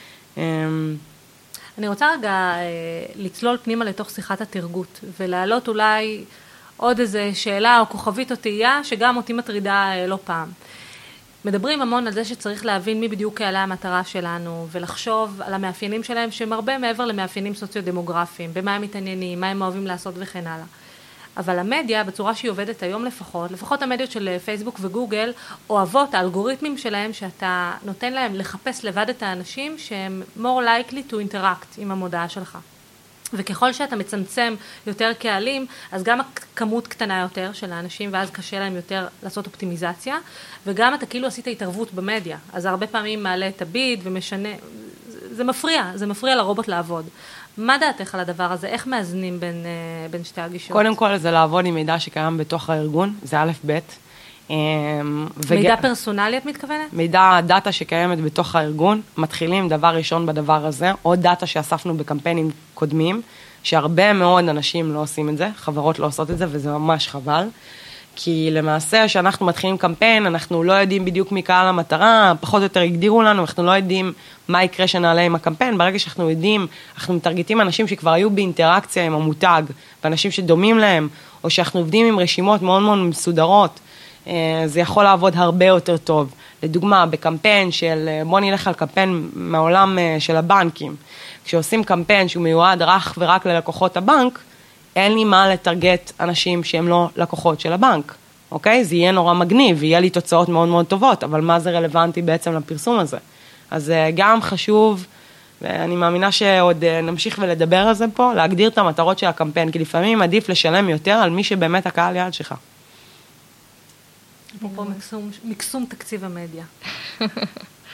S2: אני רוצה רגע לצלול פנימה לתוך שיחת התרגות, ולהעלות אולי עוד איזה שאלה או כוכבית או תהייה, שגם אותי מטרידה לא פעם. מדברים המון על זה שצריך להבין מי בדיוק קהלי המטרה שלנו, ולחשוב על המאפיינים שלהם, שהם הרבה מעבר למאפיינים סוציו-דמוגרפיים, במה הם מתעניינים, מה הם אוהבים לעשות וכן הלאה. אבל המדיה, בצורה שהיא עובדת היום לפחות המדיות של פייסבוק וגוגל, אוהבות האלגוריתמים שלהם, שאתה נותן להם לחפש לבד את האנשים, שהם more likely to interact עם המודעה שלך. וככל שאתה מצמצם יותר קהלים, אז גם הכמות קטנה יותר של האנשים, ואז קשה להם יותר לעשות אופטימיזציה, וגם אתה כאילו עשית התערבות במדיה, אז הרבה פעמים מעלה את הביד ומשנה, זה מפריע לרובוט לעבוד. מה דעתך על הדבר הזה? איך מאזנים בין שתי הגישות?
S3: קודם כל זה לעבוד עם מידע שקיים בתוך הארגון, זה א' ב'.
S2: מידע פרסונלי את מתכוונת?
S3: מידע, דאטה שקיימת בתוך הארגון, מתחילים דבר ראשון בדבר הזה, עוד דאטה שאספנו בקמפיינים קודמים, שהרבה מאוד אנשים לא עושים את זה, חברות לא עושות את זה, וזה ממש חבל. כי למעשה, כשאנחנו מתחילים קמפיין, אנחנו לא יודעים בדיוק מי קהל המטרה, פחות או יותר הגדירו לנו, אנחנו לא יודעים מה יקרה שנעלה עם הקמפיין, ברגע שאנחנו יודעים, אנחנו מטרגטים אנשים שכבר היו באינטראקציה עם המותג, ואנשים שדומים להם, או שאנחנו עובדים עם רשימות מאוד מאוד מסודרות, זה יכול לעבוד הרבה יותר טוב. לדוגמה, בקמפיין של, בוא נלך על קמפיין מהעולם של הבנקים, כשעושים קמפיין שהוא מיועד רק ללקוחות הבנק, אין לי מה לטרגט אנשים שהם לא לקוחות של הבנק, אוקיי? זה יהיה נורא מגניב, יהיה לי תוצאות מאוד מאוד טובות, אבל מה זה רלוונטי בעצם לפרסום הזה? אז גם חשוב, ואני מאמינה שעוד נמשיך ולדבר על זה פה, להגדיר את המטרות של הקמפיין, כי לפעמים עדיף לשלם יותר על מי שבאמת הקהל יעד שלך.
S2: פה מקסום תקציב המדיה.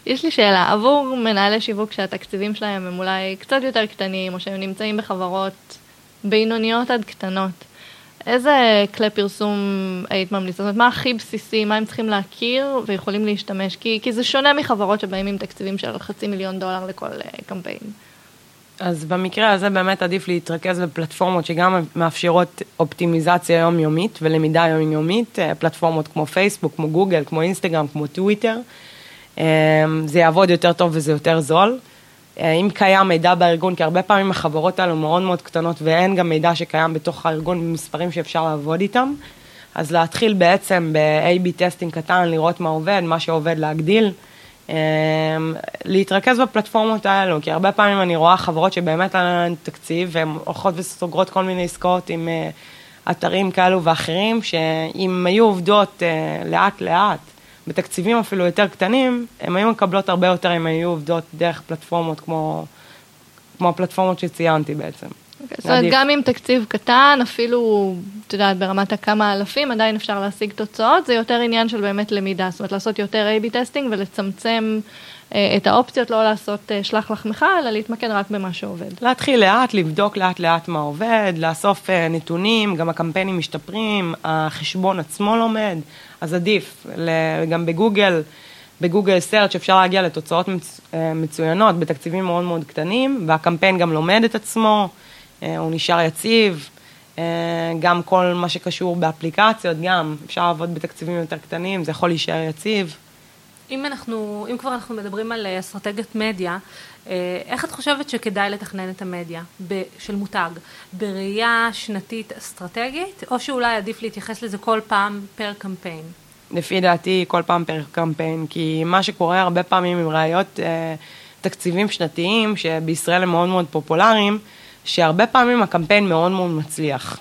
S1: יש לי שאלה, עבור מנהלי שיווק שהתקציבים שלהם הם אולי קצת יותר קטנים, או שהם נמצאים בחברות בינוניות עד קטנות, איזה כלי פרסום היית ממליצה? זאת אומרת, מה הכי בסיסי, מה הם צריכים להכיר ויכולים להשתמש? כי זה שונה מחברות שבאים עם תקציבים של $500,000 לכל קמפיין.
S3: אז במקרה הזה באמת עדיף להתרכז בפלטפורמות שגם מאפשרות אופטימיזציה יומיומית ולמידה יומיומית, פלטפורמות כמו פייסבוק, כמו גוגל, כמו אינסטגרם, כמו טוויטר. זה יעבוד יותר טוב וזה יותר זול. אם קיים מידע בארגון, כי הרבה פעמים החברות האלו מאוד מאוד קטנות, ואין גם מידע שקיים בתוך הארגון במספרים שאפשר לעבוד איתם, אז להתחיל בעצם ב-AB טסטינג קטן, לראות מה עובד, מה שעובד להגדיל, להתרכז בפלטפורמות האלו, כי הרבה פעמים אני רואה חברות שבאמת אין תקציב, והן הולכות וסוגרות כל מיני עסקאות עם אתרים כאלו ואחרים, שאם היו עובדות לאט לאט, בתקציבים אפילו יותר קטנים, הם היו מקבלות הרבה יותר אם היו עובדות דרך פלטפורמות כמו הפלטפורמות שציינתי בעצם.
S1: זאת אומרת, גם עם תקציב קטן, אפילו, את יודעת, ברמת הכמה אלפים, עדיין אפשר להשיג תוצאות, זה יותר עניין של באמת למידה, זאת אומרת, לעשות יותר A-B טסטינג ולצמצם את האופציות, לא לעשות שלח לחמך, אלא להתמקד רק במה שעובד.
S3: להתחיל לאט, לבדוק לאט לאט מה עובד, לאסוף נתונים, גם הקמפיינים משתפרים, החשבון עצמו לומד, אז עדיף, גם בגוגל סרצ' אפשר להגיע לתוצאות מצוינות, בתקציבים מאוד מאוד קטנים, והקמפיין גם לומד את עצמו, הוא נשאר יציב, גם כל מה שקשור באפליקציות, גם אפשר לעבוד בתקציבים יותר קטנים, זה יכול להישאר יציב.
S2: אם כבר אנחנו מדברים על אסטרטגיית מדיה, איך את חושבת שכדאי לתכנן את המדיה של מותג? בראייה שנתית אסטרטגית, או שאולי עדיף להתייחס לזה כל פעם פר קמפיין?
S3: לפי דעתי, כל פעם פר קמפיין, כי מה שקורה הרבה פעמים עם ראיות תקציבים שנתיים, שבישראל הם מאוד מאוד פופולריים, שהרבה פעמים הקמפיין מאוד מאוד מצליח.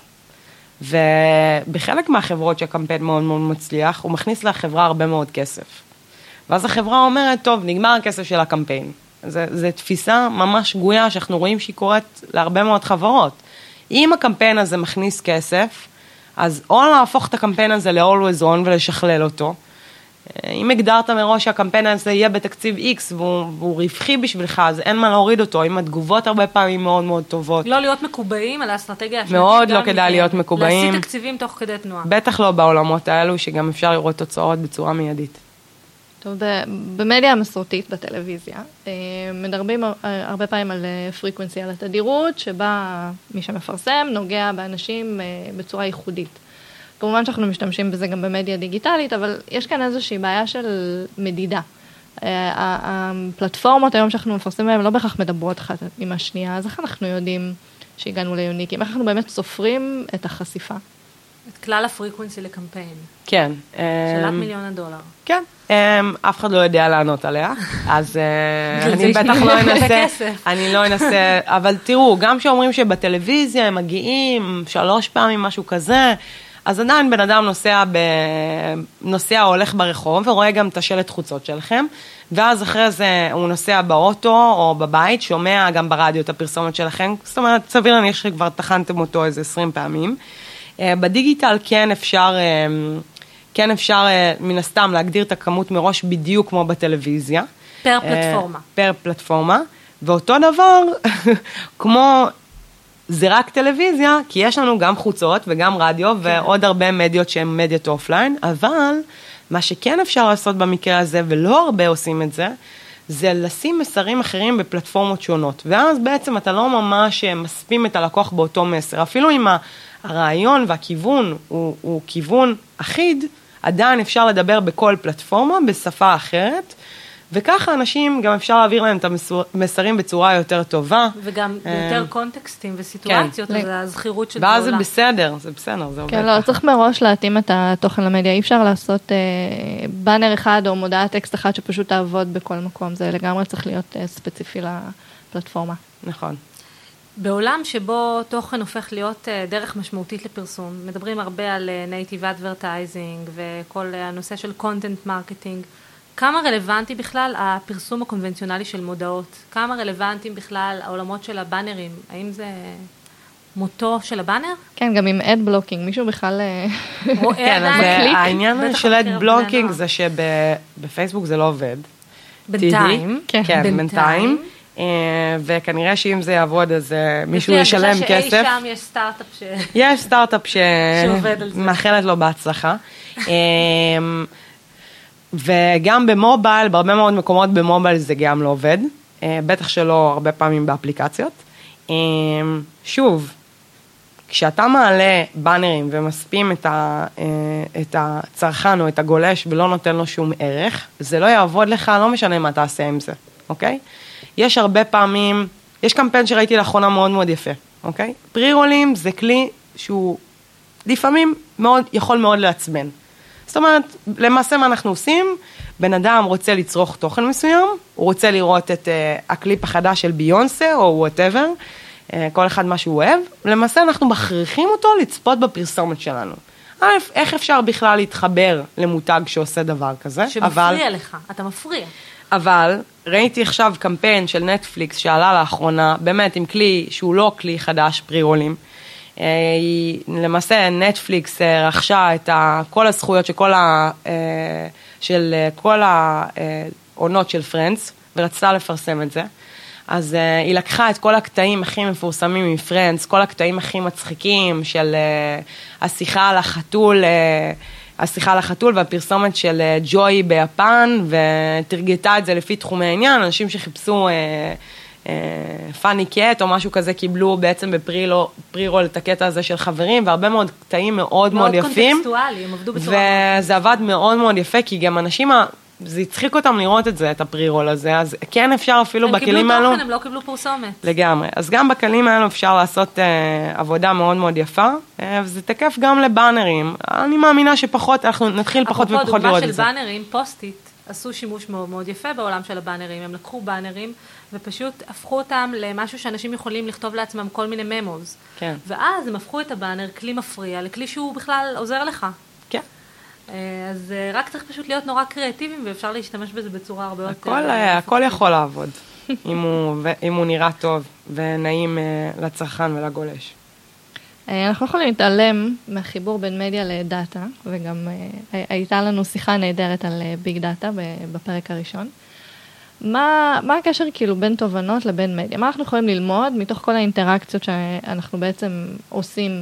S3: ובחלק מהחברות שהקמפיין מאוד מאוד מצליח, הוא מכניס לחברה הרבה מאוד כסף. ואז החברה אומרת, טוב, נגמר הכסף של הקמפיין. זו תפיסה ממש שגויה שאנחנו רואים שהיא קורית להרבה מאוד חברות. אם הקמפיין הזה מכניס כסף, אז או להפוך את הקמפיין הזה ל-always on ולשכלל אותו. אם הגדרת מראש שהקמפיין הזה יהיה בתקציב X והוא רווחי בשבילך, אז אין מה להוריד אותו, עם התגובות הרבה פעמים מאוד מאוד טובות.
S2: לא להיות מקובעים על האסטרטגיה השנתית.
S3: מאוד לא כדאי להיות מקובעים.
S2: להשיג תקציבים תוך כדי תנועה.
S3: בטח לא בעולמות האלו, שגם אפשר לראות תוצאות בצורה מיידית.
S1: טוב, במדיה המסורתית, בטלוויזיה, מדברים הרבה פעמים על פריקוונסי, על התדירות, שבה מי שמפרסם נוגע באנשים בצורה ייחודית. כמובן שאנחנו משתמשים בזה גם במדיה דיגיטלית, אבל יש כאן איזושהי בעיה של מדידה. הפלטפורמות היום שאנחנו מפרסמים בהן לא בהכרח מדברות אחת עם השנייה, אז איך אנחנו יודעים שהגענו ליוניקים? איך אנחנו באמת סופרים את החשיפה?
S2: את כלל הפריקוונסי לקמפיין.
S3: כן.
S2: שאלת $1,000,000.
S3: כן. אף אחד לא יודע לענות עליה, אז אני בטח לא אנסה, אני לא אנסה, אבל תראו, גם שאומרים שבטלוויזיה הם מגיעים 3 פעמים משהו כזה, אז עדיין בן אדם נוסע הולך ברחוב, ורואה גם את השלט חוצות שלכם, ואז אחרי זה הוא נוסע באוטו או בבית, שומע גם ברדיו את הפרסומת שלכם, זאת אומרת, סביר להניח שכבר תחנתם אותו איזה 20 פעמים. בדיגיטל כן אפשר מן הסתם להגדיר את הכמות מראש בדיוק כמו בטלוויזיה.
S2: פר פלטפורמה.
S3: פר פלטפורמה, ואותו דבר כמו זה רק טלוויזיה, כי יש לנו גם חוצות וגם רדיו ועוד הרבה מדיות שהן מדיות אופליין, אבל מה שכן אפשר לעשות במקרה הזה, ולא הרבה עושים את זה, זה לשים מסרים אחרים בפלטפורמות שונות, ואז בעצם אתה לא ממש מספים את הלקוח באותו מסר, אפילו אם הרעיון והכיוון הוא כיוון אחיד, עדיין אפשר לדבר בכל פלטפורמה, בשפה אחרת, וככה אנשים גם אפשר להעביר להם את המסרים בצורה יותר טובה.
S2: וגם יותר קונטקסטים וסיטואציות, אז הזכירות של זה
S3: ואז זה בסדר, זה עובד.
S1: כן, לא, צריך מראש להתאים את התוכן למדיה, אי אפשר לעשות בנר אחד או מודעת טקסט אחד שפשוט תעבוד בכל מקום, זה לגמרי צריך להיות ספציפי לפלטפורמה.
S3: נכון.
S2: בעולם שבו תוכן הופך להיות דרך משמעותית לפרסום, מדברים הרבה על native advertising וכל הנושא של content marketing, כמה רלוונטי בכלל הפרסום הקונבנציונלי של מודעות? כמה רלוונטיים בכלל העולמות של הבאנרים? האם זה מוטו של הבאנר?
S1: כן, גם עם ad blocking, מישהו בכלל
S3: כן, אז העניין של ad blocking זה שבפייסבוק זה לא עובד.
S2: בינתיים.
S3: כן, בינתיים. וכנראה שאם זה יעבוד, אז מישהו ישלם כסף.
S2: אי שם יש סטארט-אפ
S3: יש סטארט-אפ
S2: שעובד על זה.
S3: שמאחלת לו בהצלחה. וגם במובייל, בהרבה מאוד מקומות במובייל זה גם לא עובד. בטח שלא הרבה פעמים באפליקציות. שוב, כשאתה מעלה בנרים ומספים את הצרכן או את הגולש ולא נותן לו שום ערך, זה לא יעבוד לך, לא משנה מה תעשה עם זה, אוקיי? יש הרבה פעמים, יש קמפיין שראיתי לאחרונה מאוד מאוד יפה, אוקיי? פרי-רולים זה כלי שהוא לפעמים יכול מאוד לעצבן. זאת אומרת, למעשה מה אנחנו עושים? בן אדם רוצה לצרוך תוכן מסוים, הוא רוצה לראות את הקליפ החדש של ביונסה או whatever, כל אחד מה שהוא אוהב, למעשה אנחנו מכריחים אותו לצפות בפרסומת שלנו. איך אפשר בכלל להתחבר למותג שעושה דבר כזה?
S2: שמפריע לך, אתה מפריע.
S3: אבל ראיתי עכשיו קמפיין של נטפליקס שעלה לאחרונה, באמת עם כלי שהוא לא כלי חדש, פרי-רולים. למעשה נטפליקס רכשה את כל הזכויות של כל העונות של פרנדס, ורצתה לפרסם את זה. אז היא לקחה את כל הקטעים הכי מפורסמים מפרנדס, כל הקטעים הכי מצחיקים של השיחה על החתול והפרסומת של ג'וי ביפן, ותרגתה את זה לפי תחומי העניין, אנשים שחיפשו פאני קט או משהו כזה קיבלו בעצם בפרי-רול את הקטע הזה של חברים, והרבה מאוד קטעים מאוד מאוד יפים.
S2: מאוד קונטקסטואלי, הם עבדו בצורה...
S3: וזה עבד מאוד מאוד יפה, כי גם אנשים, זה הצחיק אותם לראות את זה, את הפרי-רול הזה, אז כן אפשר אפילו בכלים האלו...
S2: הם קיבלו תוכן, הם לא קיבלו פרסומת.
S3: לגמרי. אז גם בכלים האלו אפשר לעשות עבודה מאוד מאוד יפה, וזה תקף גם לבאנרים. אני מאמינה שפחות, אנחנו נתחיל פחות ופחות לראות את זה.
S2: דוגמה של באנרים, פוסט-איט, עשו שימוש מאוד מאוד יפה בעולם של הבאנרים. הם לקחו באנרים ופשוט הפכו אותם למשהו שאנשים יכולים לכתוב לעצמם כל מיני ממוז.
S3: כן.
S2: ואז הם הפכו את הבאנר, כלי מפריע, לכלי שהוא בכלל עוזר לך.
S3: כן.
S2: אז רק צריך פשוט להיות נורא קריאטיביים, ואפשר להשתמש בזה בצורה הרבה יותר...
S3: הכל יכול לעבוד, אם הוא נראה טוב ונעים לצרכן ולגולש.
S1: אנחנו יכולים להתעלם מהחיבור בין מדיה לדאטה, וגם הייתה לנו שיחה נהדרת על ביג דאטה בפרק הראשון. מה הקשר כאילו בין תובנות לבין מדיה? מה אנחנו יכולים ללמוד מתוך כל האינטראקציות שאנחנו בעצם עושים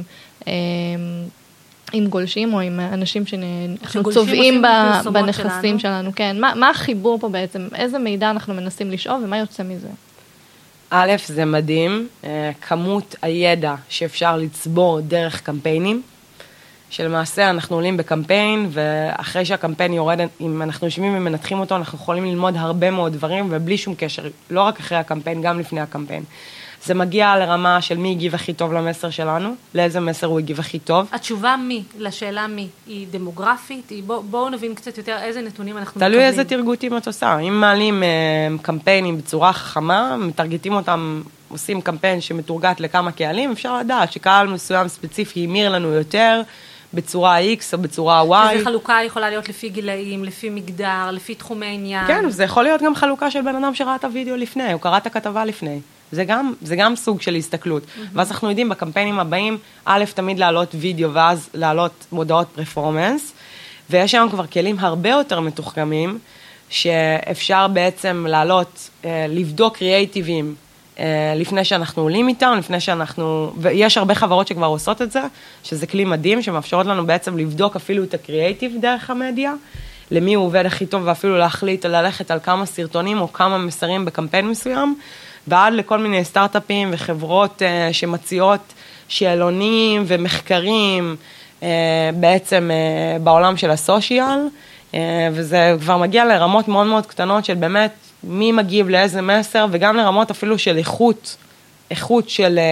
S1: עם גולשים או עם אנשים שאנחנו צובעים בנכסים שלנו? כן, מה החיבור פה בעצם? איזה מידע אנחנו מנסים לשאוב ומה יוצא מזה?
S3: א', זה מדהים, כמות הידע שאפשר לצבור דרך קמפיינים, שלמעשה אנחנו עולים בקמפיין, ואחרי שהקמפיין יורד, אם אנחנו יושבים ומנתחים אותו, אנחנו יכולים ללמוד הרבה מאוד דברים, ובלי שום קשר, לא רק אחרי הקמפיין, גם לפני הקמפיין. זה מגיע לרמה של מי הגיב הכי טוב למסר שלנו, לאיזה מסר הוא הגיב הכי טוב.
S2: התשובה מי, לשאלה מי, היא דמוגרפית, בואו נבין קצת יותר איזה נתונים אנחנו מקבלים.
S3: תלוי איזה תרגותים את עושה. אם מעלים קמפיינים בצורה חכמה, מתרגטים אותם, עושים קמפיין שמתורגט לכמה קהלים, אפשר לדעת שקהל מסוים ספציפי ימיר לנו יותר, בצורה X או בצורה Y.
S2: איזו חלוקה יכולה להיות לפי גילאים, לפי מגדר, לפי תחומי עניין.
S3: כן, זה יכול להיות גם חלוקה של בן אדם שראה את הוידאו לפני, או קרא את הכתבה לפני. זה גם סוג של הסתכלות. ואז אנחנו יודעים בקמפיינים הבאים, א', תמיד לעלות וידאו, ואז לעלות מודעות פרפורמנס, ויש היום כבר כלים הרבה יותר מתוחכמים, שאפשר בעצם לעלות, לבדוק קריאייטיבים, לפני שאנחנו עולים איתם, ויש הרבה חברות שכבר עושות את זה, שזה כלי מדהים, שמאפשרות לנו בעצם לבדוק אפילו את הקריאייטיב דרך המדיה, למי הוא עובד הכי טוב, ואפילו להחליט ללכת על כמה סרטונים או כמה מסרים בקמפיין מסוים, ועד לכל מיני סטארט-אפים וחברות שמציעות שאלונים ומחקרים בעצם בעולם של הסושיאל, וזה כבר מגיע לרמות מאוד מאוד קטנות של באמת מי מגיב לאיזה מסר, וגם לרמות אפילו של איכות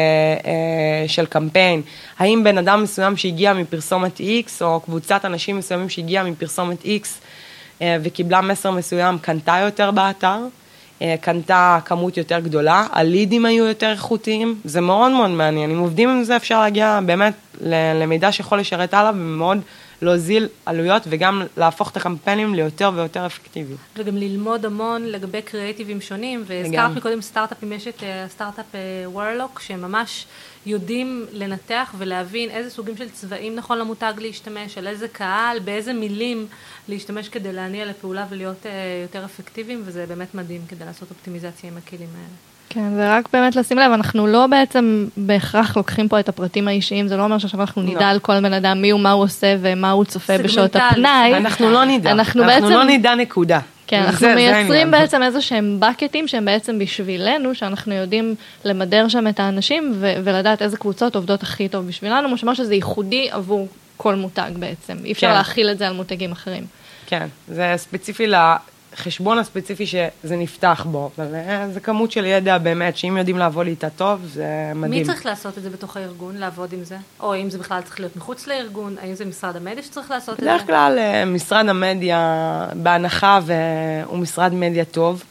S3: של קמפיין. האם בן אדם מסוים שהגיע מפרסומת X, או קבוצת אנשים מסוימים שהגיע מפרסומת X, וקיבלה מסר מסוים, קנתה יותר באתר, קנתה כמות יותר גדולה, הלידים היו יותר איכותיים, זה מאוד מאוד מעניין. אם עובדים עם זה אפשר להגיע באמת למידע שיכול לשרת הלאה, ומאוד להוזיל עלויות וגם להפוך את הקמפיינים ליותר ויותר אפקטיביים.
S2: וגם ללמוד המון לגבי קריאטיבים שונים, והזכרת מקודם סטארט-אפים, יש את הסטארט-אפ וורלוק, שהם ממש יודעים לנתח ולהבין איזה סוגים של צבעים נכון למותג להשתמש, על איזה קהל, באיזה מילים להשתמש כדי להניע לפעולה ולהיות יותר אפקטיביים, וזה באמת מדהים כדי לעשות אופטימיזציה עם הכלים האלה.
S1: כן, ורק באמת לשים לב, אנחנו לא בעצם בהכרח לוקחים פה את הפרטים האישיים, זה לא אומר שעכשיו אנחנו נדע על כל בן אדם מי הוא, מה הוא עושה ומה הוא צופה בשעות הפנאי.
S3: אנחנו לא נדע, אנחנו לא נדע נקודה.
S1: כן, אנחנו מייצרים בעצם איזה שהם בקטים שהם בעצם בשבילנו, שאנחנו יודעים למדר שם את האנשים ולדעת איזה קבוצות עובדות הכי טוב בשבילנו, משמע שזה ייחודי עבור כל מותג בעצם, אי אפשר להכיל את זה על מותגים אחרים.
S3: כן, זה ספציפי חשבון הספציפי שזה נפתח בו, אבל זה כמות של ידע באמת, שאם יודעים לעבוד איתה טוב, זה מדהים.
S2: מי צריך לעשות את זה בתוך הארגון, לעבוד עם זה? או אם זה בכלל צריך להיות מחוץ לארגון, האם זה משרד המדיה שצריך לעשות את זה?
S3: בדרך כלל משרד המדיה בהנחה הוא משרד מדיה טוב,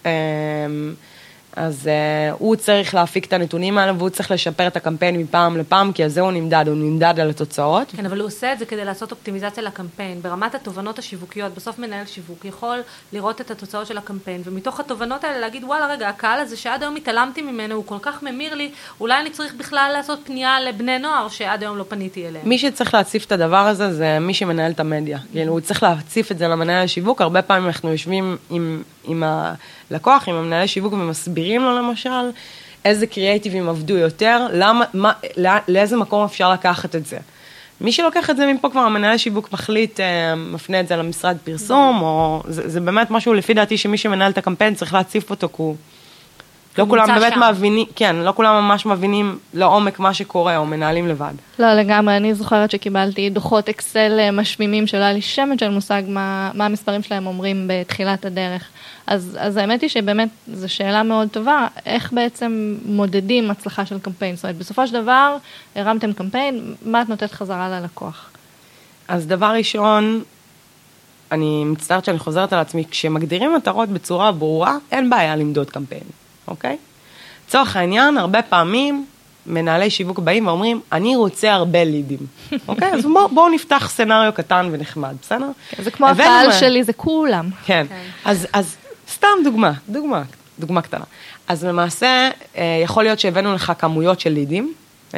S3: אז הוא צריך להפיק את הנתונים האלה, והוא צריך לשפר את הקמפיין מפעם לפעם, כי אז הוא נמדד על התוצאות.
S2: כן, אבל הוא עושה את זה כדי לעשות אופטימיזציה לקמפיין. ברמת התובנות השיווקיות, בסוף מנהל שיווק יכול לראות את התוצאות של הקמפיין, ומתוך התובנות האלה להגיד, וואלה, רגע, הקהל הזה שעד היום התעלמתי ממנו, הוא כל כך ממיר לי, אולי אני צריך בכלל לעשות פנייה לבני נוער שעד היום לא פניתי אליהם.
S3: מי שצריך להציף את הדבר הזה, זה מי שמנהל את המדיה. הוא צריך להציף את זה למנהל השיווק. הרבה פעמים אנחנו יושבים עם הלקוח, עם המנהל השיווק, ומסבירים לו למשל איזה קריאטיבים עבדו יותר, לאיזה מקום אפשר לקחת את זה. מי שלוקח את זה מפה כבר, המנהל השיווק מחליט, מפנה את זה למשרד פרסום, או זה באמת משהו לפי דעתי שמי שמנהל את הקמפיין צריך להציף אותו, לא כולם באמת מבינים, כן, לא כולם ממש מבינים לעומק מה שקורה, או מנהלים לבד.
S1: לא, לגמרי, אני זוכרת שקיבלתי דוחות אקסל משמימים, שלא היה לי שמץ של מושג מה המספרים שלהם אומרים בתחילת הדרך. אז האמת היא שבאמת זו שאלה מאוד טובה, איך בעצם מודדים הצלחה של קמפיין? זאת אומרת, בסופו של דבר, הרמתם קמפיין, מה את נותנת חזרה ללקוח?
S3: אז דבר ראשון, אני מצטערת שאני חוזרת על עצמי, כשמגדירים מטרות בצורה ברורה, אין בעיה למדוד קמפיין. אוקיי? צורך העניין, הרבה פעמים מנהלי שיווק באים ואומרים, אני רוצה הרבה לידים. אוקיי? אז בואו נפתח סנריו קטן ונחמד, בסדר?
S1: זה כמו הקהל שלי, זה כולם.
S3: כן. אז סתם דוגמה קטנה. אז למעשה, יכול להיות שהבאנו לך כמויות של לידים,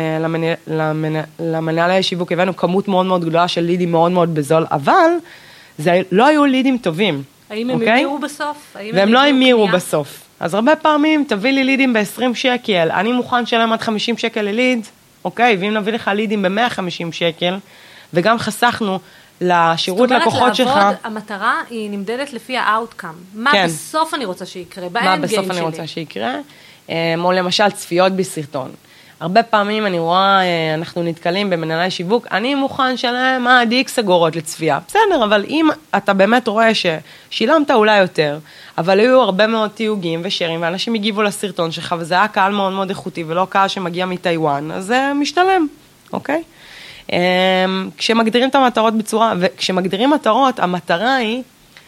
S3: למנהלי שיווק הבאנו כמות מאוד מאוד גדולה של לידים מאוד מאוד בזול, אבל זה לא היו לידים טובים.
S2: האם הם המירו בסוף?
S3: והם לא המירו בסוף. אז הרבה פעמים, תביא לי לידים ב-20 שקל, אני מוכן לשלם עד 50 שקל לליד, אוקיי, ואם נביא לך לידים ב-150 שקל, וגם חסכנו לשירות לקוחות שלך.
S2: זאת אומרת, לעבוד, המטרה היא נמדדת לפי ה-outcome. מה בסוף אני רוצה שיקרה?
S3: מה בסוף אני רוצה שיקרה? או למשל צפיות בסרטון. הרבה פעמים אני רואה, אנחנו נתקלים במנהלי שיווק, אני מוכן שלהם עד X אגורות לצפייה. בסדר, אבל אם אתה באמת רואה ששילמת אולי יותר, אבל היו הרבה מאוד תיוגים ושרים, ואנשים הגיבו לסרטון שלך, וזה היה קהל מאוד מאוד איכותי, ולא קהל שמגיע מטיואן, אז זה משתלם, אוקיי? כשמגדירים את המטרות בצורה, וכשמגדירים מטרות, המטרה היא,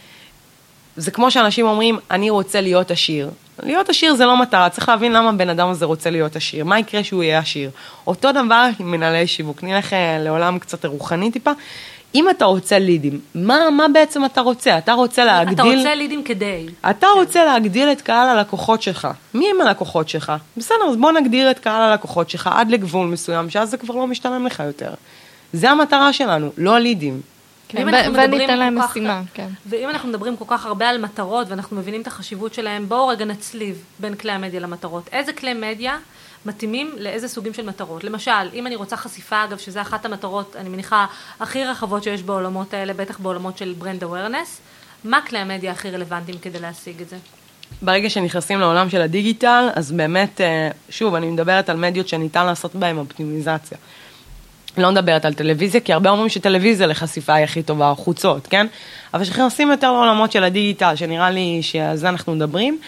S3: זה כמו שאנשים אומרים, אני רוצה להיות עשיר. להיות עשיר זה לא מטרה, צריך להבין למה בן אדם הזה רוצה להיות עשיר, מה יקרה שהוא יהיה עשיר. אותו דבר עם מנהלי שיווק, נלך לעולם קצת רוחני טיפה, אם אתה רוצה לידים, מה בעצם אתה רוצה? אתה רוצה להגדיל...
S2: אתה רוצה לידים כדי.
S3: אתה רוצה להגדיל את קהל הלקוחות שלך. מי הם הלקוחות שלך? בסדר, אז בוא נגדיר את קהל הלקוחות שלך עד לגבול מסוים, שאז זה כבר לא משתלם לך יותר. זה המטרה שלנו, לא לידים.
S1: וניתן להם משימה, כן.
S2: ואם אנחנו מדברים כל כך הרבה על מטרות, ואנחנו מבינים את החשיבות שלהם, בואו רגע נצליב בין כלי המדיה למטרות. איזה כלי מדיה מתאימים לאיזה סוגים של מטרות? למשל, אם אני רוצה חשיפה, אגב, שזה אחת המטרות, אני מניחה, הכי רחבות שיש בעולמות האלה, בטח בעולמות של ברנד אווירנס, מה כלי המדיה הכי רלוונטיים כדי להשיג את זה?
S3: ברגע שנכנסים לעולם של הדיגיטל, אז באמת, שוב, אני מדברת על מדיות שניתן לעשות בהן אופטימיזציה. לא מדברת על טלוויזיה, כי הרבה אומרים שטלוויזיה לחשיפה היא הכי טובה, או חוצות, כן? אבל כשנכנסים יותר לעולמות של הדיגיטל, שנראה לי שעל זה אנחנו מדברים,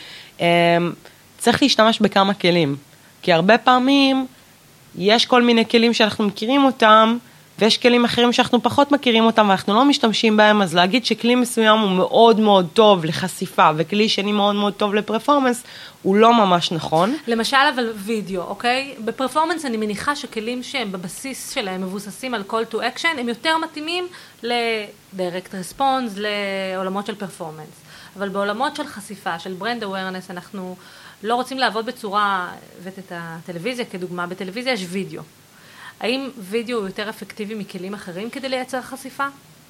S3: צריך להשתמש בכמה כלים. כי הרבה פעמים יש כל מיני כלים שאנחנו מכירים אותם, ויש כלים אחרים שאנחנו פחות מכירים אותם, ואנחנו לא משתמשים בהם, אז להגיד שכלי מסוים הוא מאוד מאוד טוב לחשיפה, וכלי שני מאוד מאוד טוב לפרפורמנס, הוא לא ממש נכון.
S2: למשל, אבל וידאו, אוקיי? בפרפורמנס אני מניחה שכלים שהם בבסיס שלהם מבוססים על call to action, הם יותר מתאימים ל-direct response, לעולמות של פרפורמנס. אבל בעולמות של חשיפה, של brand awareness, אנחנו לא רוצים לעבוד בצורה, הבאת את הטלוויזיה כדוגמה, בטלוויזיה יש וידאו. האם וידאו הוא יותר אפקטיבי מכלים אחרים כדי לייצר חשיפה?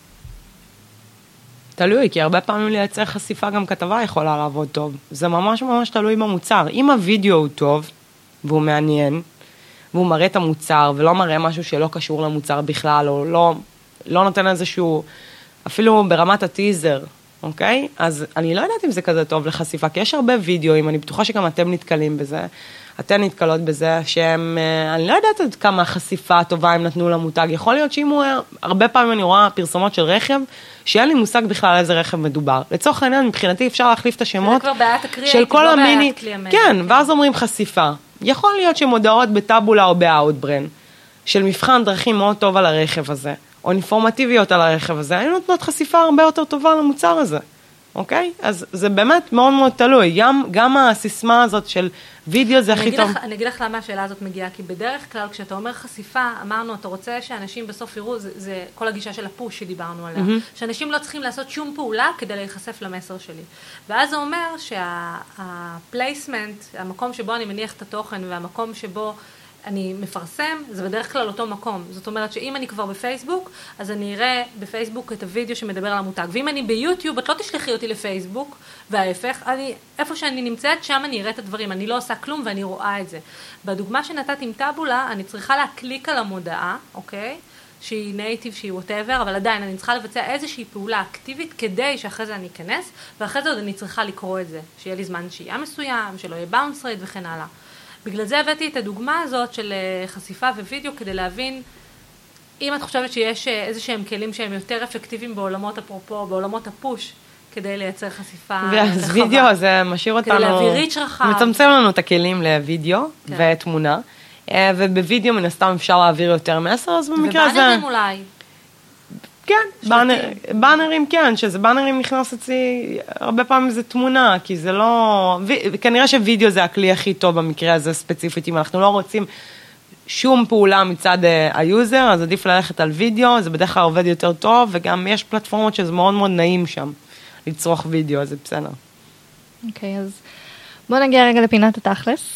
S3: תלוי, כי הרבה פעמים לייצר חשיפה גם כתבה יכולה לעבוד טוב. זה ממש ממש תלוי במוצר. אם הוידאו הוא טוב, והוא מעניין, והוא מראה את המוצר, ולא מראה משהו שלא קשור למוצר בכלל, או לא נותן איזשהו, אפילו ברמת הטיזר, אוקיי? אז אני לא יודעת אם זה כזה טוב לחשיפה, כי יש הרבה וידאוים, אני בטוחה שגם אתם נתקלים בזה, אתן נתקלות בזה, שהם, אני לא יודעת עד כמה החשיפה הטובה הם נתנו למותג, יכול להיות שאם הוא, הרבה פעמים אני רואה פרסומות של רכב, שאין לי מושג בכלל איזה רכב מדובר. לצורך העניין, מבחינתי אפשר להחליף את השמות של כל המיני, כן, ואז אומרים חשיפה. יכול להיות שמודעות בטאבולה או באוטברן, של מבחן דרכים מאוד טוב על הרכב הזה, או אינפורמטיביות על הרכב הזה, היו נותנות חשיפה הרבה יותר טובה למוצר הזה. אוקיי? אז זה באמת מאוד מאוד תלוי. גם הסיסמה הזאת של וידאו זה הכי טוב.
S2: אני אגיד לך למה השאלה הזאת מגיעה, כי בדרך כלל כשאתה אומר חשיפה, אמרנו, אתה רוצה שאנשים בסוף יראו, זה כל הגישה של הפוש שדיברנו עליה, שאנשים לא צריכים לעשות שום פעולה כדי להיחשף למסר שלי. ואז זה אומר שהפלייסמנט, המקום שבו אני מניח את התוכן והמקום שבו אני מפרסם, זה בדרך כלל אותו מקום. זאת אומרת שאם אני כבר בפייסבוק, אז אני אראה בפייסבוק את הוידאו שמדבר על המותג. ואם אני ביוטיוב, את לא תשלחי אותי לפייסבוק, וההפך, איפה שאני נמצאת, שם אני אראה את הדברים. אני לא עושה כלום ואני רואה את זה. בדוגמה שנתת עם טאבולה, אני צריכה להקליק על המודעה, אוקיי? שהיא נייטיב, שהיא whatever, אבל עדיין אני צריכה לבצע איזושהי פעולה אקטיבית כדי שאחרי זה אני אכנס, ואחרי זה עוד אני צריכה לקרוא את זה. שיהיה לי זמן שהייה מסוים, שלא יהיה bounce rate וכן הלאה. בגלל זה הבאתי את הדוגמה הזאת של חשיפה ווידאו, כדי להבין, אם את חושבת שיש איזה שהם כלים שהם יותר אפקטיביים בעולמות אפרופו, בעולמות הפוש, כדי לייצר חשיפה רחבה.
S3: ואז וידאו, זה משאיר אותנו,
S2: כדי להביא ריץ' רחב.
S3: מצמצם לנו את הכלים לוידאו ותמונה, ובווידאו מן הסתם אפשר להעביר יותר מסר, אז במקרה הזה...
S2: ובאנרים אולי.
S3: כן, באנרים כן, שזה באנרים נכנס אצלי, הרבה פעמים זה תמונה, כי זה לא, כנראה שווידאו זה הכלי הכי טוב במקרה הזה ספציפית, אם אנחנו לא רוצים שום פעולה מצד היוזר, אז עדיף ללכת על וידאו, זה בדרך כלל עובד יותר טוב, וגם יש פלטפורמות שזה מאוד מאוד נעים שם, לצרוך וידאו, אז זה בסדר.
S1: אוקיי, אז בואו נגיע רגע לפינת התכלס.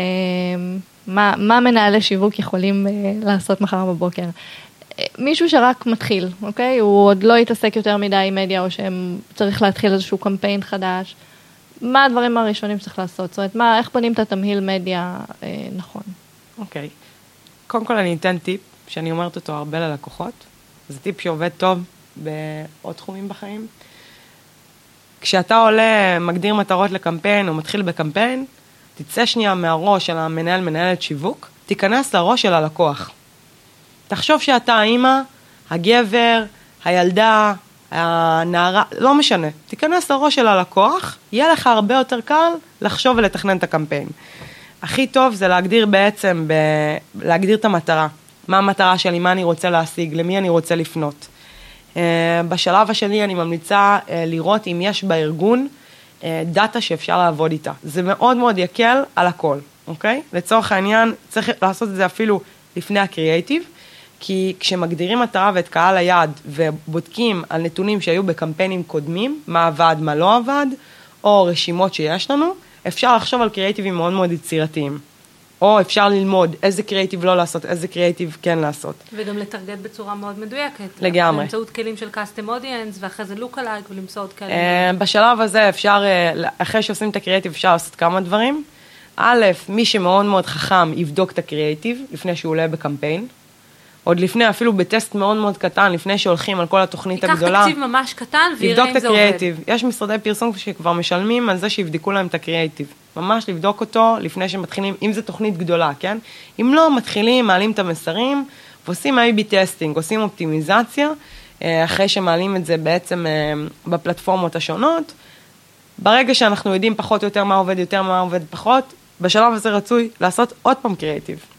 S1: מה מנהלי שיווק יכולים לעשות מחר בבוקר? מישהו שרק מתחיל, אוקיי? הוא עוד לא יתעסק יותר מדי עם מדיה, או שצריך להתחיל איזשהו קמפיין חדש. מה הדברים הראשונים שצריך לעשות? זאת אומרת, איך בונים את התמהיל מדיה נכון?
S3: אוקיי. קודם כל אני אתן טיפ, שאני אומרת אותו הרבה ללקוחות. זה טיפ שעובד טוב בעוד תחומים בחיים. כשאתה עולה, מגדיר מטרות לקמפיין, או מתחיל בקמפיין, תצא שנייה מהראש של המנהל, מנהלת שיווק, תיכנס לראש של הלקוח. תחשוב שאתה האמא, הגבר, הילדה, הנערה, לא משנה. תיכנס לראש של הלקוח, יהיה לך הרבה יותר קל לחשוב ולתכנן את הקמפיין. הכי טוב זה להגדיר בעצם, להגדיר את המטרה. מה המטרה שלי, מה אני רוצה להשיג, למי אני רוצה לפנות. בשלב השני אני ממליצה לראות אם יש בארגון דאטה שאפשר לעבוד איתה. זה מאוד מאוד יקל על הכל, אוקיי? לצורך העניין צריך לעשות את זה אפילו לפני הקריאייטיב, כי כשמגדירים מטרה ואת קהל היעד ובודקים על נתונים שהיו בקמפיינים קודמים, מה עבד, מה לא עבד, או רשימות שיש לנו, אפשר לחשוב על קריאייטיבים מאוד מאוד יצירתיים. או אפשר ללמוד איזה קריאייטיב לא לעשות, איזה קריאייטיב כן לעשות.
S2: וגם לטרגט בצורה מאוד מדויקת.
S3: לגמרי.
S2: באמצעות כלים של custom audience, ואחרי זה look alike, ולמצוא עוד כאלה.
S3: בשלב הזה אפשר, אחרי שעושים את הקריאייטיב, אפשר לעשות כמה דברים. א', מי שמאוד מאוד חכם יבדוק את הקריאייטיב, לפני שהוא עולה בקמפיין. עוד לפני, אפילו בטסט מאוד מאוד קטן, לפני שהולכים על כל התוכנית הגדולה.
S2: ייקח תקציב ממש קטן, ויראה אם זה עובד.
S3: יש משרדי פרסום שכבר משלמים על זה שיבדקו להם את הקריאייטיב. ממש לבדוק אותו לפני שמתחילים, אם זה תוכנית גדולה, כן? אם לא, מתחילים, מעלים את המסרים, ועושים A/B טסטינג, עושים אופטימיזציה, אחרי שמעלים את זה בעצם בפלטפורמות השונות. ברגע שאנחנו יודעים פחות או יותר מה עובד, יותר מה עובד פחות, בשלב הזה רצוי לעשות עוד פעם קריאייטיב.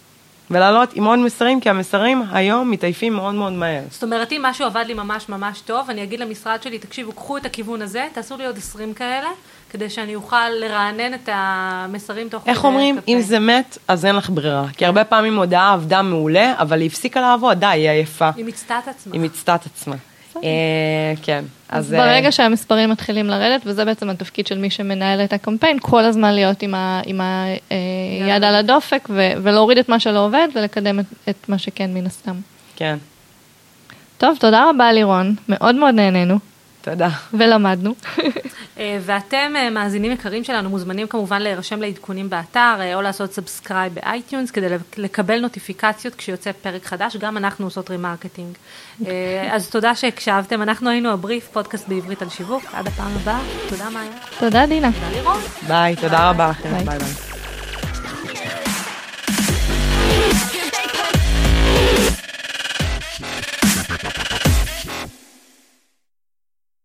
S3: ולעלות עם עוד מסרים, כי המסרים היום מתעייפים מאוד מאוד מהר.
S2: זאת אומרת, אם משהו עבד לי ממש ממש טוב, אני אגיד למשרד שלי, תקשיבו, קחו את הכיוון הזה, תעשו לי עוד 20 כאלה, כדי שאני אוכל לרענן את המסרים תוך כדי.
S3: איך אומרים, אם זה מת, אז אין לך ברירה. כי הרבה פעמים הודעה עבדה מעולה, אבל היא הפסיקה לעבוד, היא עייפה.
S2: היא מצטעת עצמה.
S3: היא מצטעת עצמה. כן.
S1: אז ברגע שהמספרים מתחילים לרדת, וזה בעצם התפקיד של מי שמנהל את הקמפיין, כל הזמן להיות עם היד על הדופק, ולהוריד את מה שלא עובד, ולקדם את מה שכן מן הסתם.
S3: כן.
S1: טוב, תודה רבה לירון, מאוד מאוד נהנינו.
S3: תודה.
S1: ולמדנו.
S2: ואתם, מאזינים יקרים שלנו, מוזמנים כמובן להירשם לעדכונים באתר, או לעשות סאבסקרייב באייטיונס, כדי לקבל נוטיפיקציות כשיוצא פרק חדש, גם אנחנו עושות רימרקטינג. אז תודה שהקשבתם, אנחנו היינו הבריף, פודקאסט בעברית על שיווק, עד הפעם הבאה, תודה מאיה.
S1: תודה דינה.
S2: תודה לירון.
S3: ביי, תודה רבה לכם, ביי ביי.